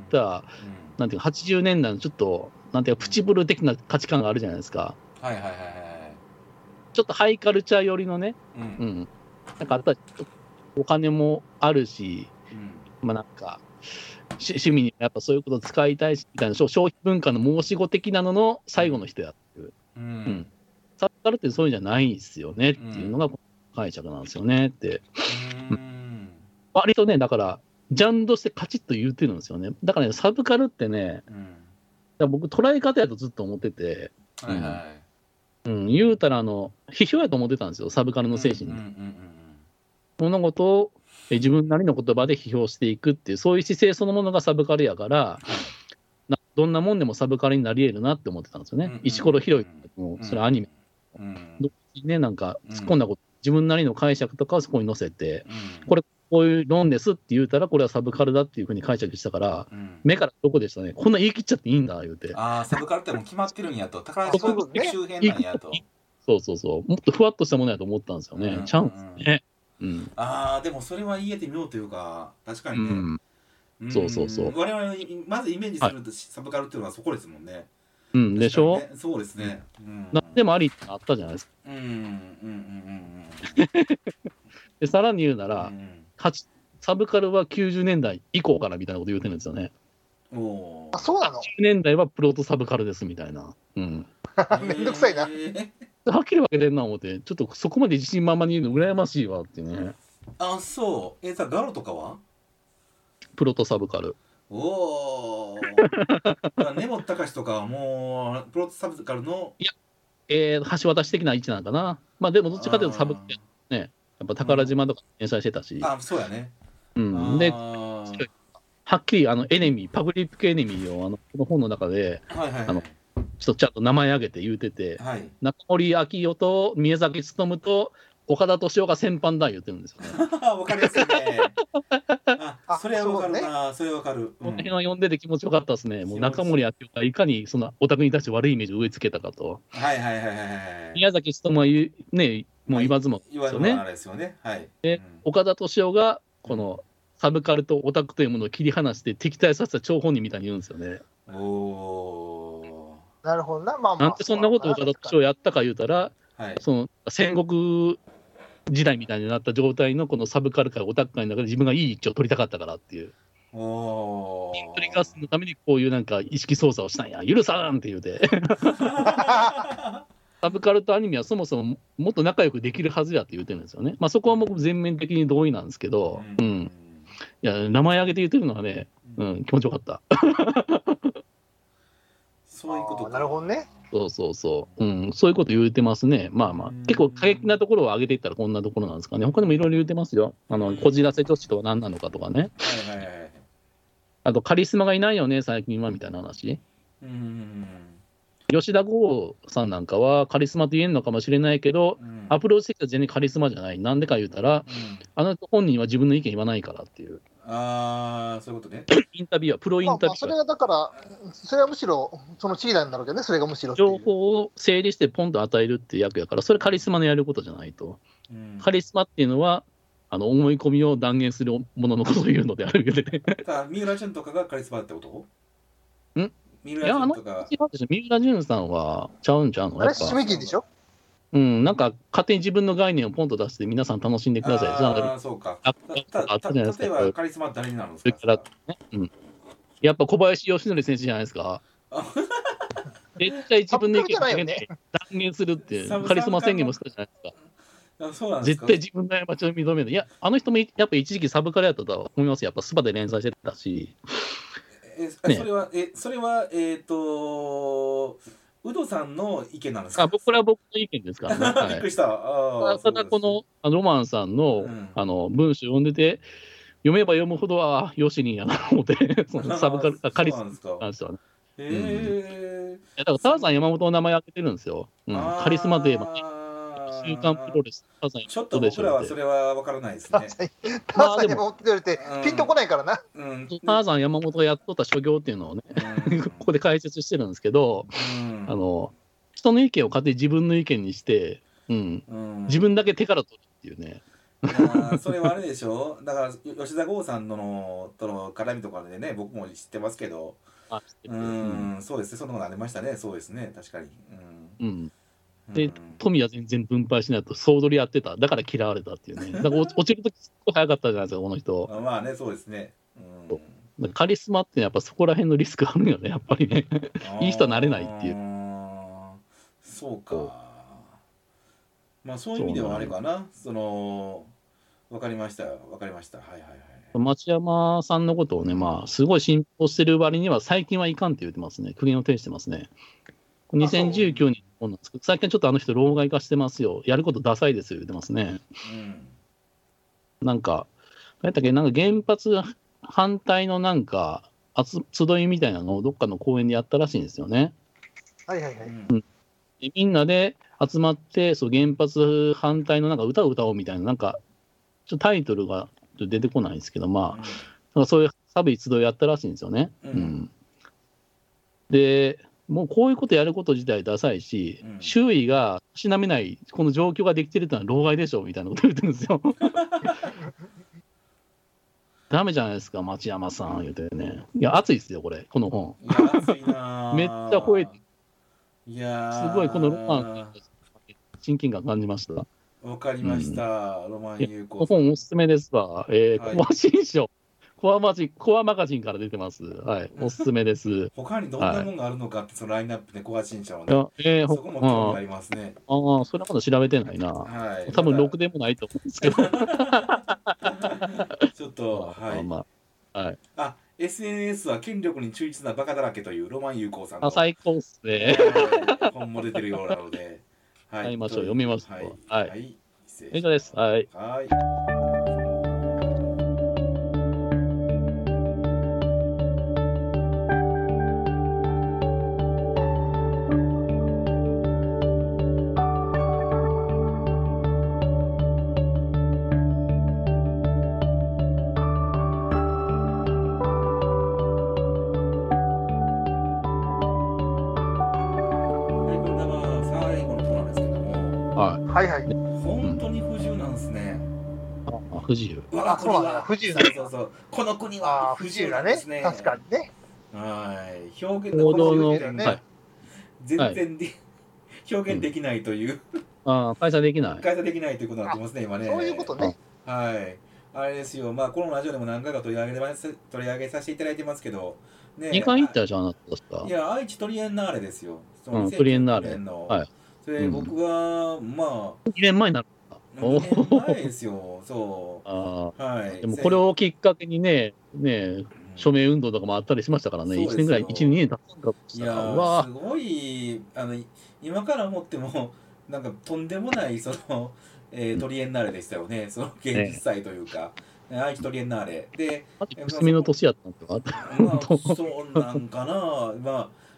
なんていうか、80年代のちょっと、なんていうか、プチブル的な価値観があるじゃないですか。ちょっとハイカルチャー寄りのね、なんかあったら、お金もあるし、まあなんか、趣味にやっぱそういうことを使いたいしみたいな消費文化の申し子的なのの最後の人やってる。サブカルってそういうんじゃないですよねっていうのが解釈なんですよねって。割とね、だから、ジャンルとしてカチッと言うてるんですよね。だからね、サブカルってね、僕捉え方やとずっと思ってて、言うたら批評やと思ってたんですよ、サブカルの精神に。物事を自分なりの言葉で批評していくっていう、そういう姿勢そのものがサブカルやから、どんなもんでもサブカルになり得るなって思ってたんですよね。石ころ広いも、それアニメ。どっちにね、なんか突っ込んだこと、自分なりの解釈とかをそこに載せて、こういう論ですって言うたら、これはサブカルだっていうふうに解釈したから、目からどこでしたね。こんな言い切っちゃっていいんだ、言うて。 サブカルってもう決まってるんやと。宝島周辺なんやと。 そう。もっとふわっとしたものやと思ったんですよね。ちゃうんですね。 でもそれは言えてみようというか、確かにね。 そう。 我々まずイメージするサブカルっていうのはそこですもんね。 でしょ？ そうですね。 何でもありってあったじゃないですか。で、さらに言うなら、サブカルは90年代以降からみたいなこと言うてるんですよね。 そうなの？ 90 年代はプロトサブカルですみたいな。 めんどくさいな。 はっきり分けてんな思って、ちょっとそこまで自信満々に言うの羨ましいわってね。 そう。じゃあガロとかはプロトサブカル。 根本隆とかはもうプロトサブカルの橋渡し的な位置なんかな。まあでもどっちかというとサブカルね、やっぱ宝島とか連載してたし。 そうやね。 で、はっきりエネミー、パブリックエネミーをこの本の中で、ちょっとちゃんと名前挙げて言うてて、中森明夫と宮崎勉と岡田斗司夫が先般だ言ってるんですよね。 わかりやすいね。それはわかるな。それはわかる。 この辺は読んでて気持ちよかったですね。もう中森明夫がいかにそのオタクに対して悪いイメージを植え付けたかと。宮崎勉はね、もう言わずもですよね。 で、岡田斗司夫がこのサブカルとオタクというものを切り離して敵対させた張本人みたいに言うんですよね。 なるほどな。 なんでそんなことを岡田斗司夫やったか言うたら、その戦国時代みたいになった状態のこのサブカル界オタク界の中で自分がいい位置を取りたかったからっていう。取り返すのためにこういうなんか意識操作をしたんや、許さんって言うて。サブカルとアニメはそもそももっと仲良くできるはずやって言ってるんですよね。まあそこは僕全面的に同意なんですけど、いや名前挙げて言ってるのはね、気持ちよかった。 そういうことか。 なるほどね。 そう、そういうこと言うてますね。まあ結構過激なところを上げていったらこんなところなんですかね。他にもいろいろ言うてますよ。こじらせ女子とは何なのかとかね。あとカリスマがいないよね最近はみたいな話。 吉田剛さんなんかはカリスマと言えるのかもしれないけど、アプローチ的には全然カリスマじゃない。なんでか言うたら、あの本人は自分の意見言わないからっていう。 ああ、そういうことね。 インタビュアー、プロインタビュアー。 それはだから、それはむしろ、その地位なんだろうけどね、それがむしろ。 情報を整理してポンと与えるっていう役やから、それカリスマのやることじゃないと。カリスマっていうのは、思い込みを断言するもののことを言うのであるよね。 三浦淳とかがカリスマってこと？ 三浦淳とか。三浦淳さんはちゃうんちゃうの？ あれ、締め切りでしょ？ なんか勝手に自分の概念をポンと出して皆さん楽しんでください。 ああ、そうか。例えばカリスマって誰になるんですか？ やっぱ小林義則選手じゃないですか。絶対自分の意見を断言するっていうカリスマ宣言もしたじゃないですか。 そうなんですか？ 絶対自分の過ちを認める。いや、あの人もやっぱ一時期サブカルやったとは思いますよ。やっぱスパで連載してたし。 それはウドさんの意見なんですか？ これは僕の意見ですからね。 びっくりした。 ただこのロマンさんの文章を読んでて、読めば読むほどはヨシニンやなと思って、サブカルカリスマに関してはね。だからターザン山本の名前挙げてるんですよ。カリスマといえば週刊プロレス。 ちょっと僕らはそれは分からないですね。 ターザン山本って言われてピンとこないからな。 ターザン山本がやっとった所業っていうのをね、ここで解説してるんですけど、人の意見を勝手に自分の意見にして、自分だけ手から取るっていうね。 それはあれでしょ。だから吉田剛さんとの絡みとかでね、僕も知ってますけど、そうですね、そんなことありましたね。そうですね、確かに。 で、富は全然分配しないと総取りやってた。だから嫌われたっていうね。だから落ちるときすごい早かったじゃないですか、この人。 まあね、そうですね。 カリスマってやっぱそこら辺のリスクあるよね、やっぱりね。いい人はなれないっていう。 そうか。まあそういう意味ではあれかな。わかりました。わかりました。はいはいはい。 町山さんのことをね、まあ、すごい信奉してる割には、最近はいかんって言ってますね。苦言を呈してますね。2019年なんですけど、最近ちょっとあの人、老害化してますよ。やることダサいですよ、言ってますね。なんか、なんか原発反対のなんか、集いみたいなのをどっかの公園でやったらしいんですよね。 はいはいはい。 みんなで集まって、原発反対のなんか歌を歌おうみたいな、なんか、ちょっとタイトルが出てこないんですけど、まあ、なんかそういう寒い集いやったらしいんですよね。で、もうこういうことやること自体ダサいし、周囲がしなめないこの状況ができてるってのは老害でしょみたいなこと言ってるんですよ。ダメじゃないですか、町山さん言うてね。いや、熱いですよ、これ、この本。 いや、熱いな。 めっちゃ吠えて。 いやすごい、このロマン、親近感感じました。 わかりました、ロマン優子。 本おすすめですわ。コア新書。コアマガジンから出てます。はい、おすすめです。 他にどんなものがあるのかって、そのラインナップでコア新書はね。そこも興味ありますね。 それはまだ調べてないな。多分6でもないと思うんですけど。 ちょっと、 はい。 SNS は権力に忠実なバカだらけというロマン優子さんの。 最高っすね。 本も出てるようなので。 はい。読みましょう。はい。以上です。はい。 はいはい。 本当に不自由なんですね。 不自由。 そうなんだ。不自由なんだ。 そう。この国は不自由だね。確かにね。 はい。表現の全然表現できないという。 開催できない。 開催できないということになってますね、今ね。 そういうことね。 はい。あれですよ。まあこのラジオでも何回か取り上げさせていただいてますけど。 2回行ったじゃん、あなたですか。 いや、愛知トリエンナーレですよ。 トリエンナーレ。はい。 それ僕はまあ 2年前になる 2年前ですよ。そう。はい。 でもこれをきっかけにね、署名運動とかもあったりしましたからね。1年ぐらい、1、2年経ったんだいやすごい今から思ってもなんかとんでもないトリエンナーレでしたよね。その現実祭というか。愛知トリエンナーレで娘の年やったんですか。 まあそうなんかな。まあ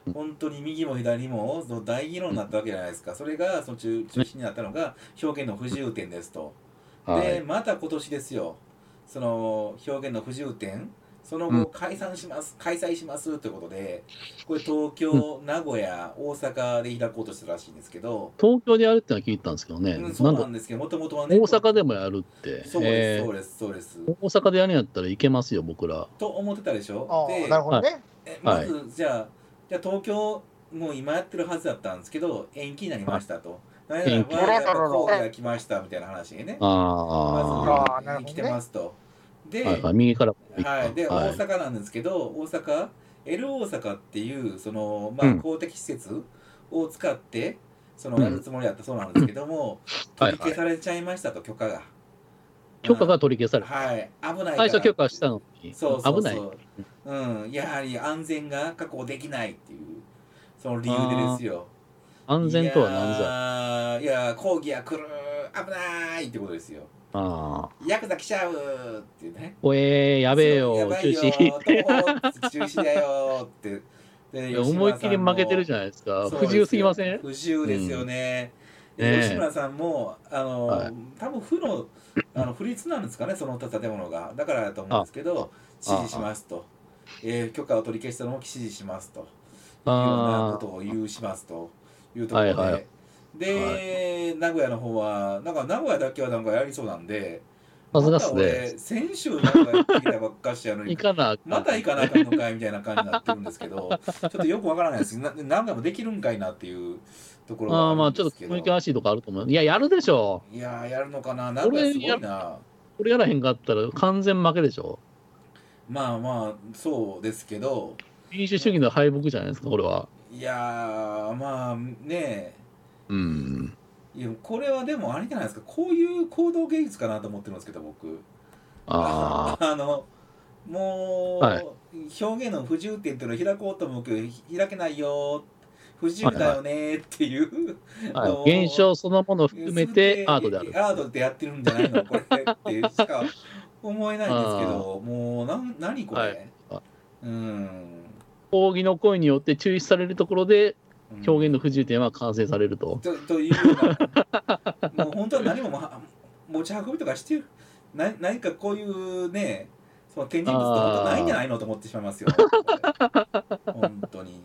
本当に右も左も大議論になったわけじゃないですか。それがその中心になったのが表現の不自由展ですと。でまた今年ですよ、その表現の不自由展、その後開催しますということで、これ東京、名古屋、大阪で開こうとしてるらしいんですけど、 東京でやるってのは聞いたんですけどね、 そうなんですけど、もともとはね、 大阪でもやるって、 そうですそうです。 大阪でやるんやったら行けますよ、僕ら。 と思ってたでしょ。で、 なるほどね。 まずじゃあ東京、もう今やってるはずだったんですけど、延期になりましたと。延期が来ましたみたいな話にね、まず来てますと。で、 右からで大阪なんですけど、大阪 L 大阪っていうその公的施設を使ってそのやるつもりだったそうなんですけども、取り消されちゃいましたと、許可が。 許可が取り消された。危ないから。 最初許可したのに。 危ない。やはり安全が確保できないっていうその理由でですよ。 安全とは何ぞ。いや抗議が来る、危ないってことですよ。ヤクザ来ちゃうっていうね。 やべえよ、 中止だよって。 思いっきり負けてるじゃないですか。不自由すぎません？ 不自由ですよね。吉村さんも多分不立なんですかね、その建物が。だからだと思うんですけど、支持しますと。許可を取り消したのも支持しますと。いうようなことをしますというところで。で、名古屋の方は、なんか名古屋だけはなんかやりそうなんで、また俺、先週名古屋行ってきたばっかしやのに、また行かなあかんのかいみたいな感じになってるんですけど、ちょっとよくわからないです。何回もできるんかいなっていうところがあるんですけど。 ちょっと難しいとこあると思う。いや、やるでしょ。 いや、やるのかな。名古屋すごいな。 これやらへんかったら完全負けでしょ。 まあ、そうですけど。 民主主義の敗北じゃないですか、これは。 いやまあね、いやこれはでもあれじゃないですか、こういう行動芸術かなと思ってるんですけど、僕もう、表現の不自由点っていうのを開こうと思うけど開けないよ、不自由だよねっていう現象そのものを含めてアートである。 アートでやってるんじゃないのこれってしか思えないんですけど、もう何これ。 抗議の声によって中止されるところで表現の不自由点は完成されると。 というような、もう本当は何も持ち運びとかしてる、何かこういうね、その展示物って本当ないんじゃないのと思ってしまいますよ。本当に。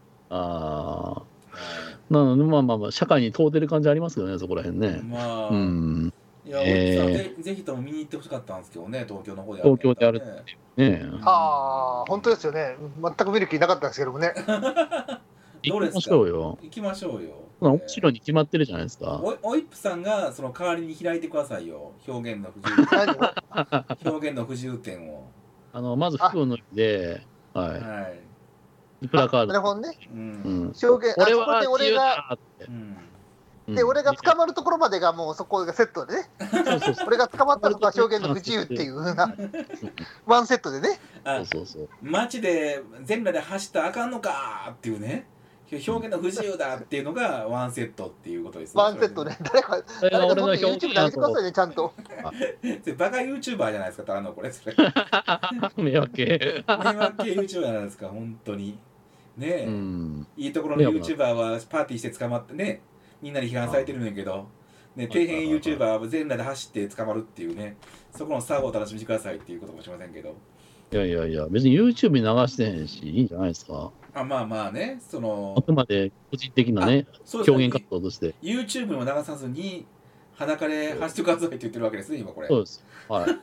なのでまあ社会に問うてる感じありますよね、そこら辺ね。 いや、ぜひとも見に行ってほしかったんですけどね、東京の方で東京でやるってね。 本当ですよね。全く見る気なかったんですけどもね。 どうですか？ 行きましょうよ。 行きましょうよ。 面白いに決まってるじゃないですか。 おいっぷさんがその代わりに開いてくださいよ。表現の不自由点。表現の不自由点を。 まず服を脱いで、プラカード。 なるほどね。 表現、俺がで、俺が捕まるところまでがもうそこがセットでね。俺が捕まったのが表現の不自由っていうふうなワンセットでね。 街で全裸で走ったらあかんのかっていうね、表現の不自由だっていうのがワンセットっていうことですね。 ワンセットね。誰かそれ YouTube で上げてくださいね、ちゃんと。 バカ YouTuber じゃないですか、これそれ。 迷惑系 YouTuber じゃないですか、本当にね。いいところの YouTuber はパーティーして捕まってね、みんなに批判されてるんやけど、ね、底辺 YouTuber は全裸で走って捕まるっていうね、そこの差をお楽しみくださいっていうことかもしれませんけど。 いや、別に YouTube に流してへんし、いいんじゃないですか。 まあね、 あくまで個人的なね、表現活動として。 YouTube にも流さずに、裸で走ってくださいって言ってるわけですね、今これ。 そうです。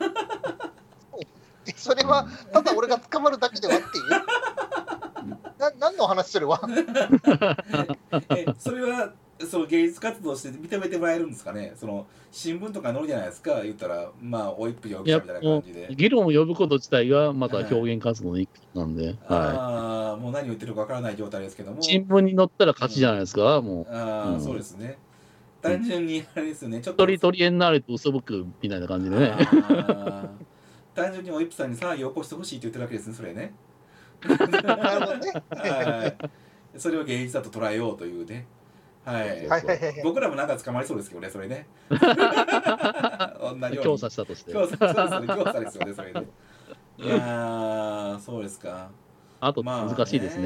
それは、ただ俺が捕まるだけではっていう。何の話するわ。 それは、その芸術活動して認めてもらえるんですかね。その新聞とか載るじゃないですか、言ったら、おいっぷ容疑者みたいな感じで。 議論を呼ぶこと自体がまた表現活動の一環なんで。 もう何言ってるかわからない状態ですけども。 新聞に載ったら勝ちじゃないですか、もう。そうですね。単純にあれですよね、 ちょっと。トリエンナーレと嘘ぶくみたいな感じでね。 単純においっぷさんに騒ぎを起こしてほしいって言ってるわけですね、それね。 なるほどね。 それを芸術だと捉えようというね。僕らもなんか捕まりそうですけどね、それね。 調査したとして。 調査ですよね、それね。いやそうですか。 あと難しいですね。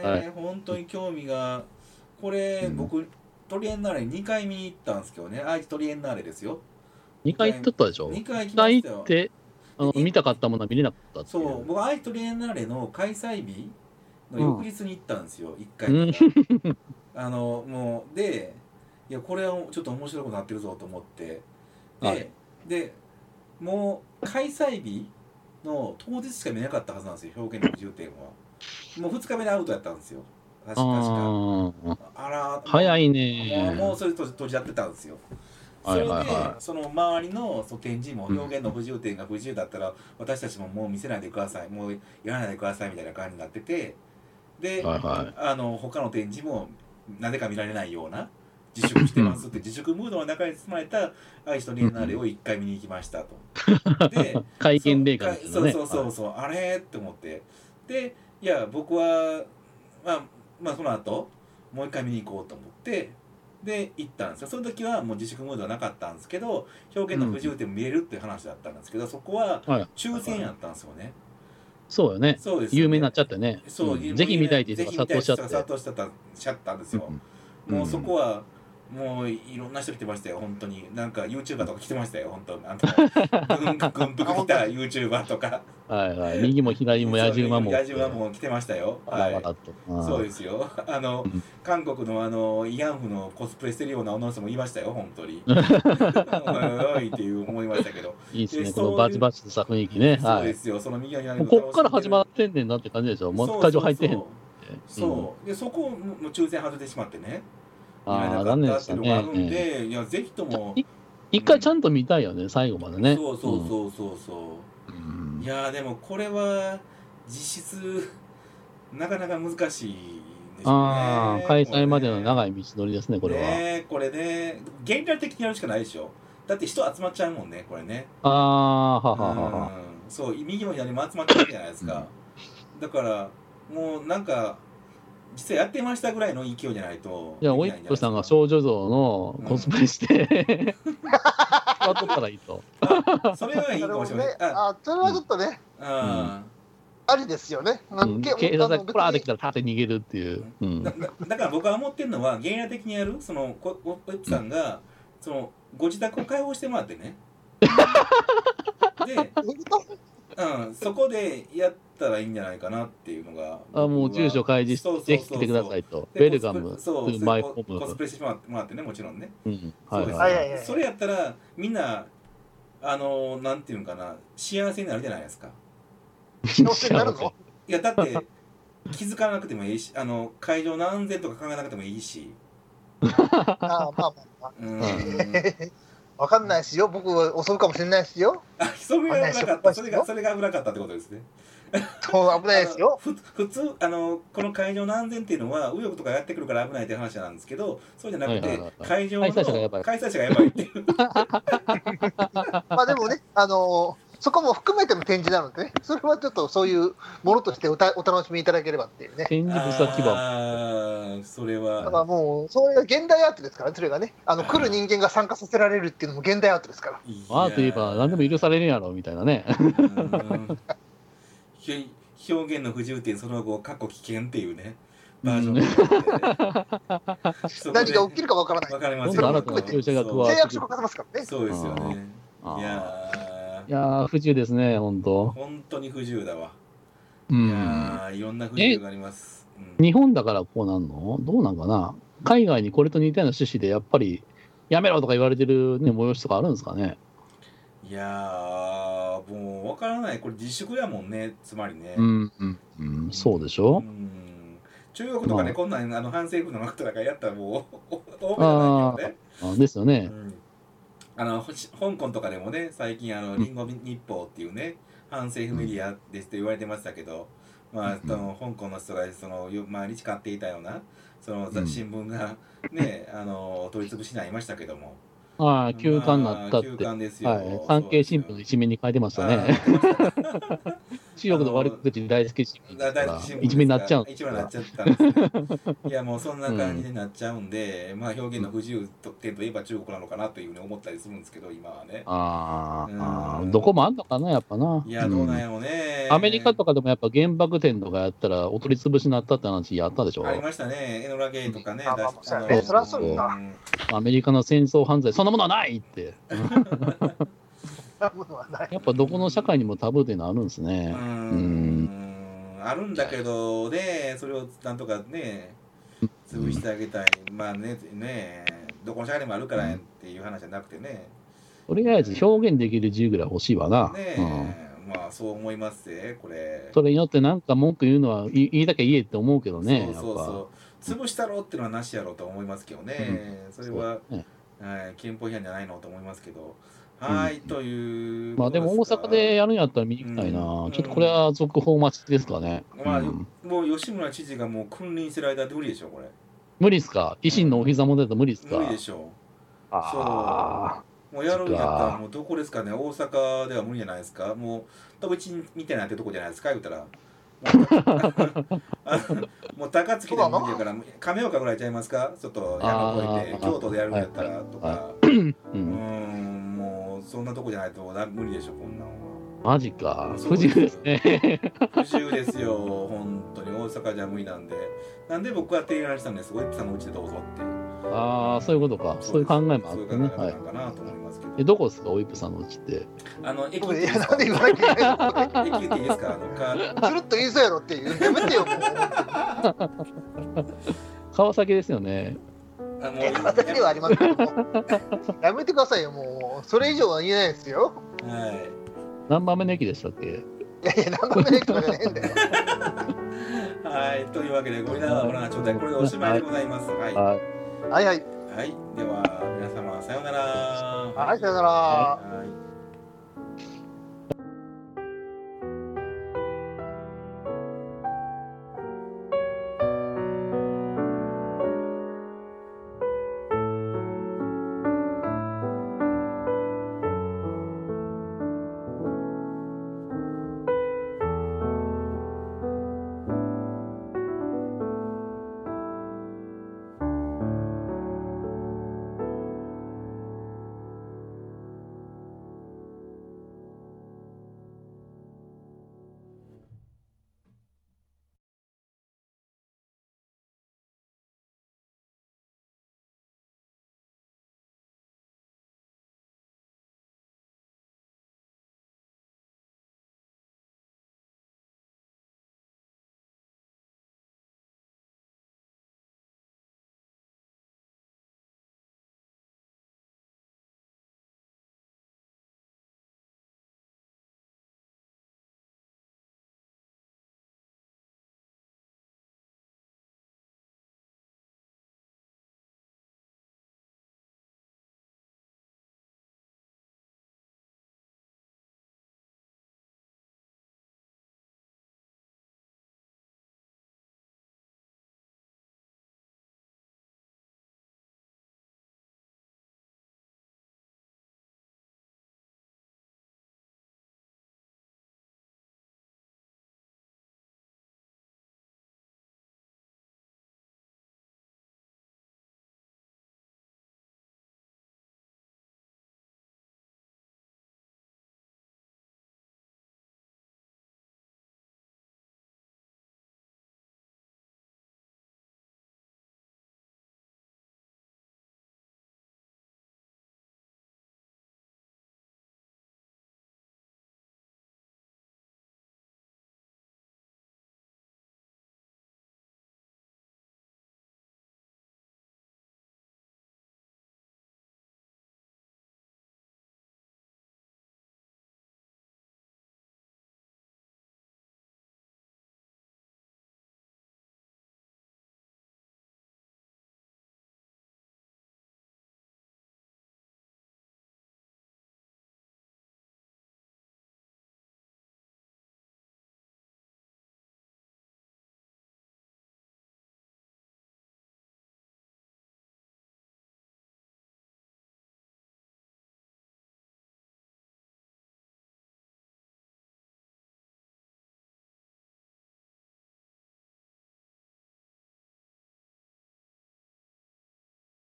はい、 本当に興味が、これ、僕、トリエンナーレ2回見に行ったんですけどね、愛知トリエンナーレですよ。 2回行っとったでしょ。 2回行きましたよ。 2回行って、見たかったものは見れなかったっていう。 そう、僕、愛知トリエンナーレの開催日の翌日に行ったんですよ、1回から。もう、で、いや、これはちょっと面白くなってるぞと思って、で、もう、開催日の当日しか見なかったはずなんですよ、表現の不自由点は。もう2日目でアウトやったんですよ。確か。 あら、早いね。 もうそれと閉じ合ってたんですよ。それで、その周りの展示も表現の不自由点が不自由だったら、私たちももう見せないでください、もうやらないでくださいみたいな感じになってて、で、他の展示もなぜか見られないような自粛してますって自粛ムードの中に包まれた愛知トリエンナーレを1回見に行きましたと。で、 会見でかですね。 そう、あれって思って、で、いや僕はまあその後もう1回見に行こうと思ってで行ったんですよ。その時はもう自粛ムードはなかったんですけど、表現の不自由点も見れるっていう話だったんですけど、そこは抽選やったんですよね。 そうよね。そうですよね。有名になっちゃってね。 そう、 ぜひ見たいっていう人が殺到しちゃって。 殺到しちゃったんですよ。もうそこはもういろんな人来てましたよ、本当に。なんか YouTuber とか来てましたよ、本当。軍服着た YouTuber とか。 右も左も野じ馬も。 野じ馬も来てましたよ。そうですよ。韓国の慰安婦のコスプレしてるような女の人もいましたよ、本当に。おいっていう思いましたけど。 いいですね、このバチバチとした雰囲気ね。 そうですよ、その右側にこっから始まってんねんなって感じでしょ。もう会場入ってへん。 そう。で、そこも抽選外れてしまってね。 残念でしたね。 いや、ぜひとも。 一回ちゃんと見たいよね、最後までね。 そう。いや、でもこれは実質なかなか難しいですよね。 開催までの長い道のりですね、これは。 これね、現代的にやるしかないでしょ。だって人集まっちゃうもんね、これね。そう、右も左も集まっちゃうじゃないですか。だから、もうなんか、実はやってましたぐらいの勢いじゃないと。 いや、おいっ子さんが少女像のコスプレして、やっとったらいいと。 それはいいかもしれない。 それはちょっとね、ありですよね。 警察がプラーできたら立て逃げるっていう。 だから僕は思ってるのは、ゲリラ的にやる、その、おいっ子さんが、その、ご自宅を開放してもらってね。で、そこでやったらいいんじゃないかなっていうのが。 もう住所開示して来てくださいと。ウェルカム、マイホーム。 コスプレしてもらってね、もちろんね。 それやったら、みんな、なんていうのかな、幸せになるじゃないですか。 幸せになるの？ いや、だって、気づかなくてもいいし、会場の安全とか考えなくてもいいし。 わかんないですよ。僕は襲うかもしれないですよ。 それが危なかった。それが危なかったってことですね。 そう危ないですよ。 普通この会場の安全っていうのは右翼とかやってくるから危ないっていう話なんですけど、そうじゃなくて会場の開催者がやばいっていう。 まあでもね、そこも含めての展示なのでね、それはちょっとそういうものとしてお楽しみいただければっていうね。 展示物先は。 それは。 だからもう、それが現代アートですからね、それがね。来る人間が参加させられるっていうのも現代アートですから。 アートといえば何でも許されるんやろみたいなね。 表現の不自由点その後、過去危険っていうね。バージョン何が起きるかわからない。 わかりますよ。契約書書かせますからね。 そうですよね。 いや不自由ですね、本当。 本当に不自由だわ。いやいろんな不自由があります。 日本だからこうなんの？どうなんかな。海外にこれと似たような趣旨でやっぱりやめろとか言われてるね催しとかあるんですかね。 いやもうわからない。これ自粛やもんね、つまりね。 そうでしょ。 中国とかね、こんなん反政府の枠とかやったらもう大目だよね。ですよね。 香港とかでもね、最近リンゴ日報っていうね、反政府メディアですと言われてましたけど、香港の人が毎日買っていたような新聞がね取り潰しになりましたけども、 ああ、休刊になったって。 休刊ですよ。 はい。産経新聞の一面に書いてましたね。中国の悪口大好き新聞から一面になっちゃう。 一面になっちゃったんですね。いや、もうそんな感じになっちゃうんで、まあ表現の不自由点といえば中国なのかなというふうに思ったりするんですけど、今はね。 ああ、どこもあんのかな、やっぱな。 いや、どうなんやろうね。 アメリカとかでもやっぱ原爆展とかやったらお取り潰しになったって話やったでしょ。 ありましたね。エノラ・ゲイとかね。 そらそうだ。 アメリカの戦争犯罪、そんなものはないって。やっぱどこの社会にもタブーっていうのあるんですね。 あるんだけどね、それをなんとかね、潰してあげたい。まあね、どこの社会にもあるからっていう話じゃなくてね。 とりあえず表現できる自由ぐらい欲しいわな。 まあそう思いますね、これ。 それによってなんか文句言うのは言いだけ言えって思うけどね。 潰したろっていうのはなしやろうと思いますけどね。それは、憲法違反じゃないのと思いますけど。はい、という。 まあでも大阪でやるんやったら見に行きたいな。ちょっとこれは続報待ちですかね。 まあ、もう吉村知事がもう君臨してる間で無理でしょ、これ。 無理っすか？維新のお膝元だと無理っすか？ 無理でしょう。そう。もうやるんやったらもうどこですかね、大阪では無理じゃないですか。もう飛び地みたいなってとこじゃないですか、言ったら。もう高槻でも無理やから亀岡ぐらいちゃいますか、ちょっと山越えて京都でやるんやったらとか、もうそんなとこじゃないと無理でしょ、こんなんは。 マジか、不自由ですね。 不自由ですよ、本当に大阪じゃ無理なんで。なんで僕は提案したんです、おいっさんのうちでどうぞって。 ああ、そういうことか、そういう考えもあってね。 そういう考えなんかなと思いますけど。 どこですか、おいっぷさんのうちって。 駅っていいですか？駅っていいですか？ つるっと言いそうやろっていう。やめてよ、もう。 川崎ですよね。 川崎ではありますけども。やめてくださいよ、もう。それ以上は言えないですよ。 はい。 何番目の駅でしたっけ？いや、何番目の駅とかじゃねえんだよ。 はい、というわけで、ゴリララブラな状態、これでおしまいでございます。はい。 はいはい。 はい、では、皆様、さようなら。 はい、さようなら。 はい。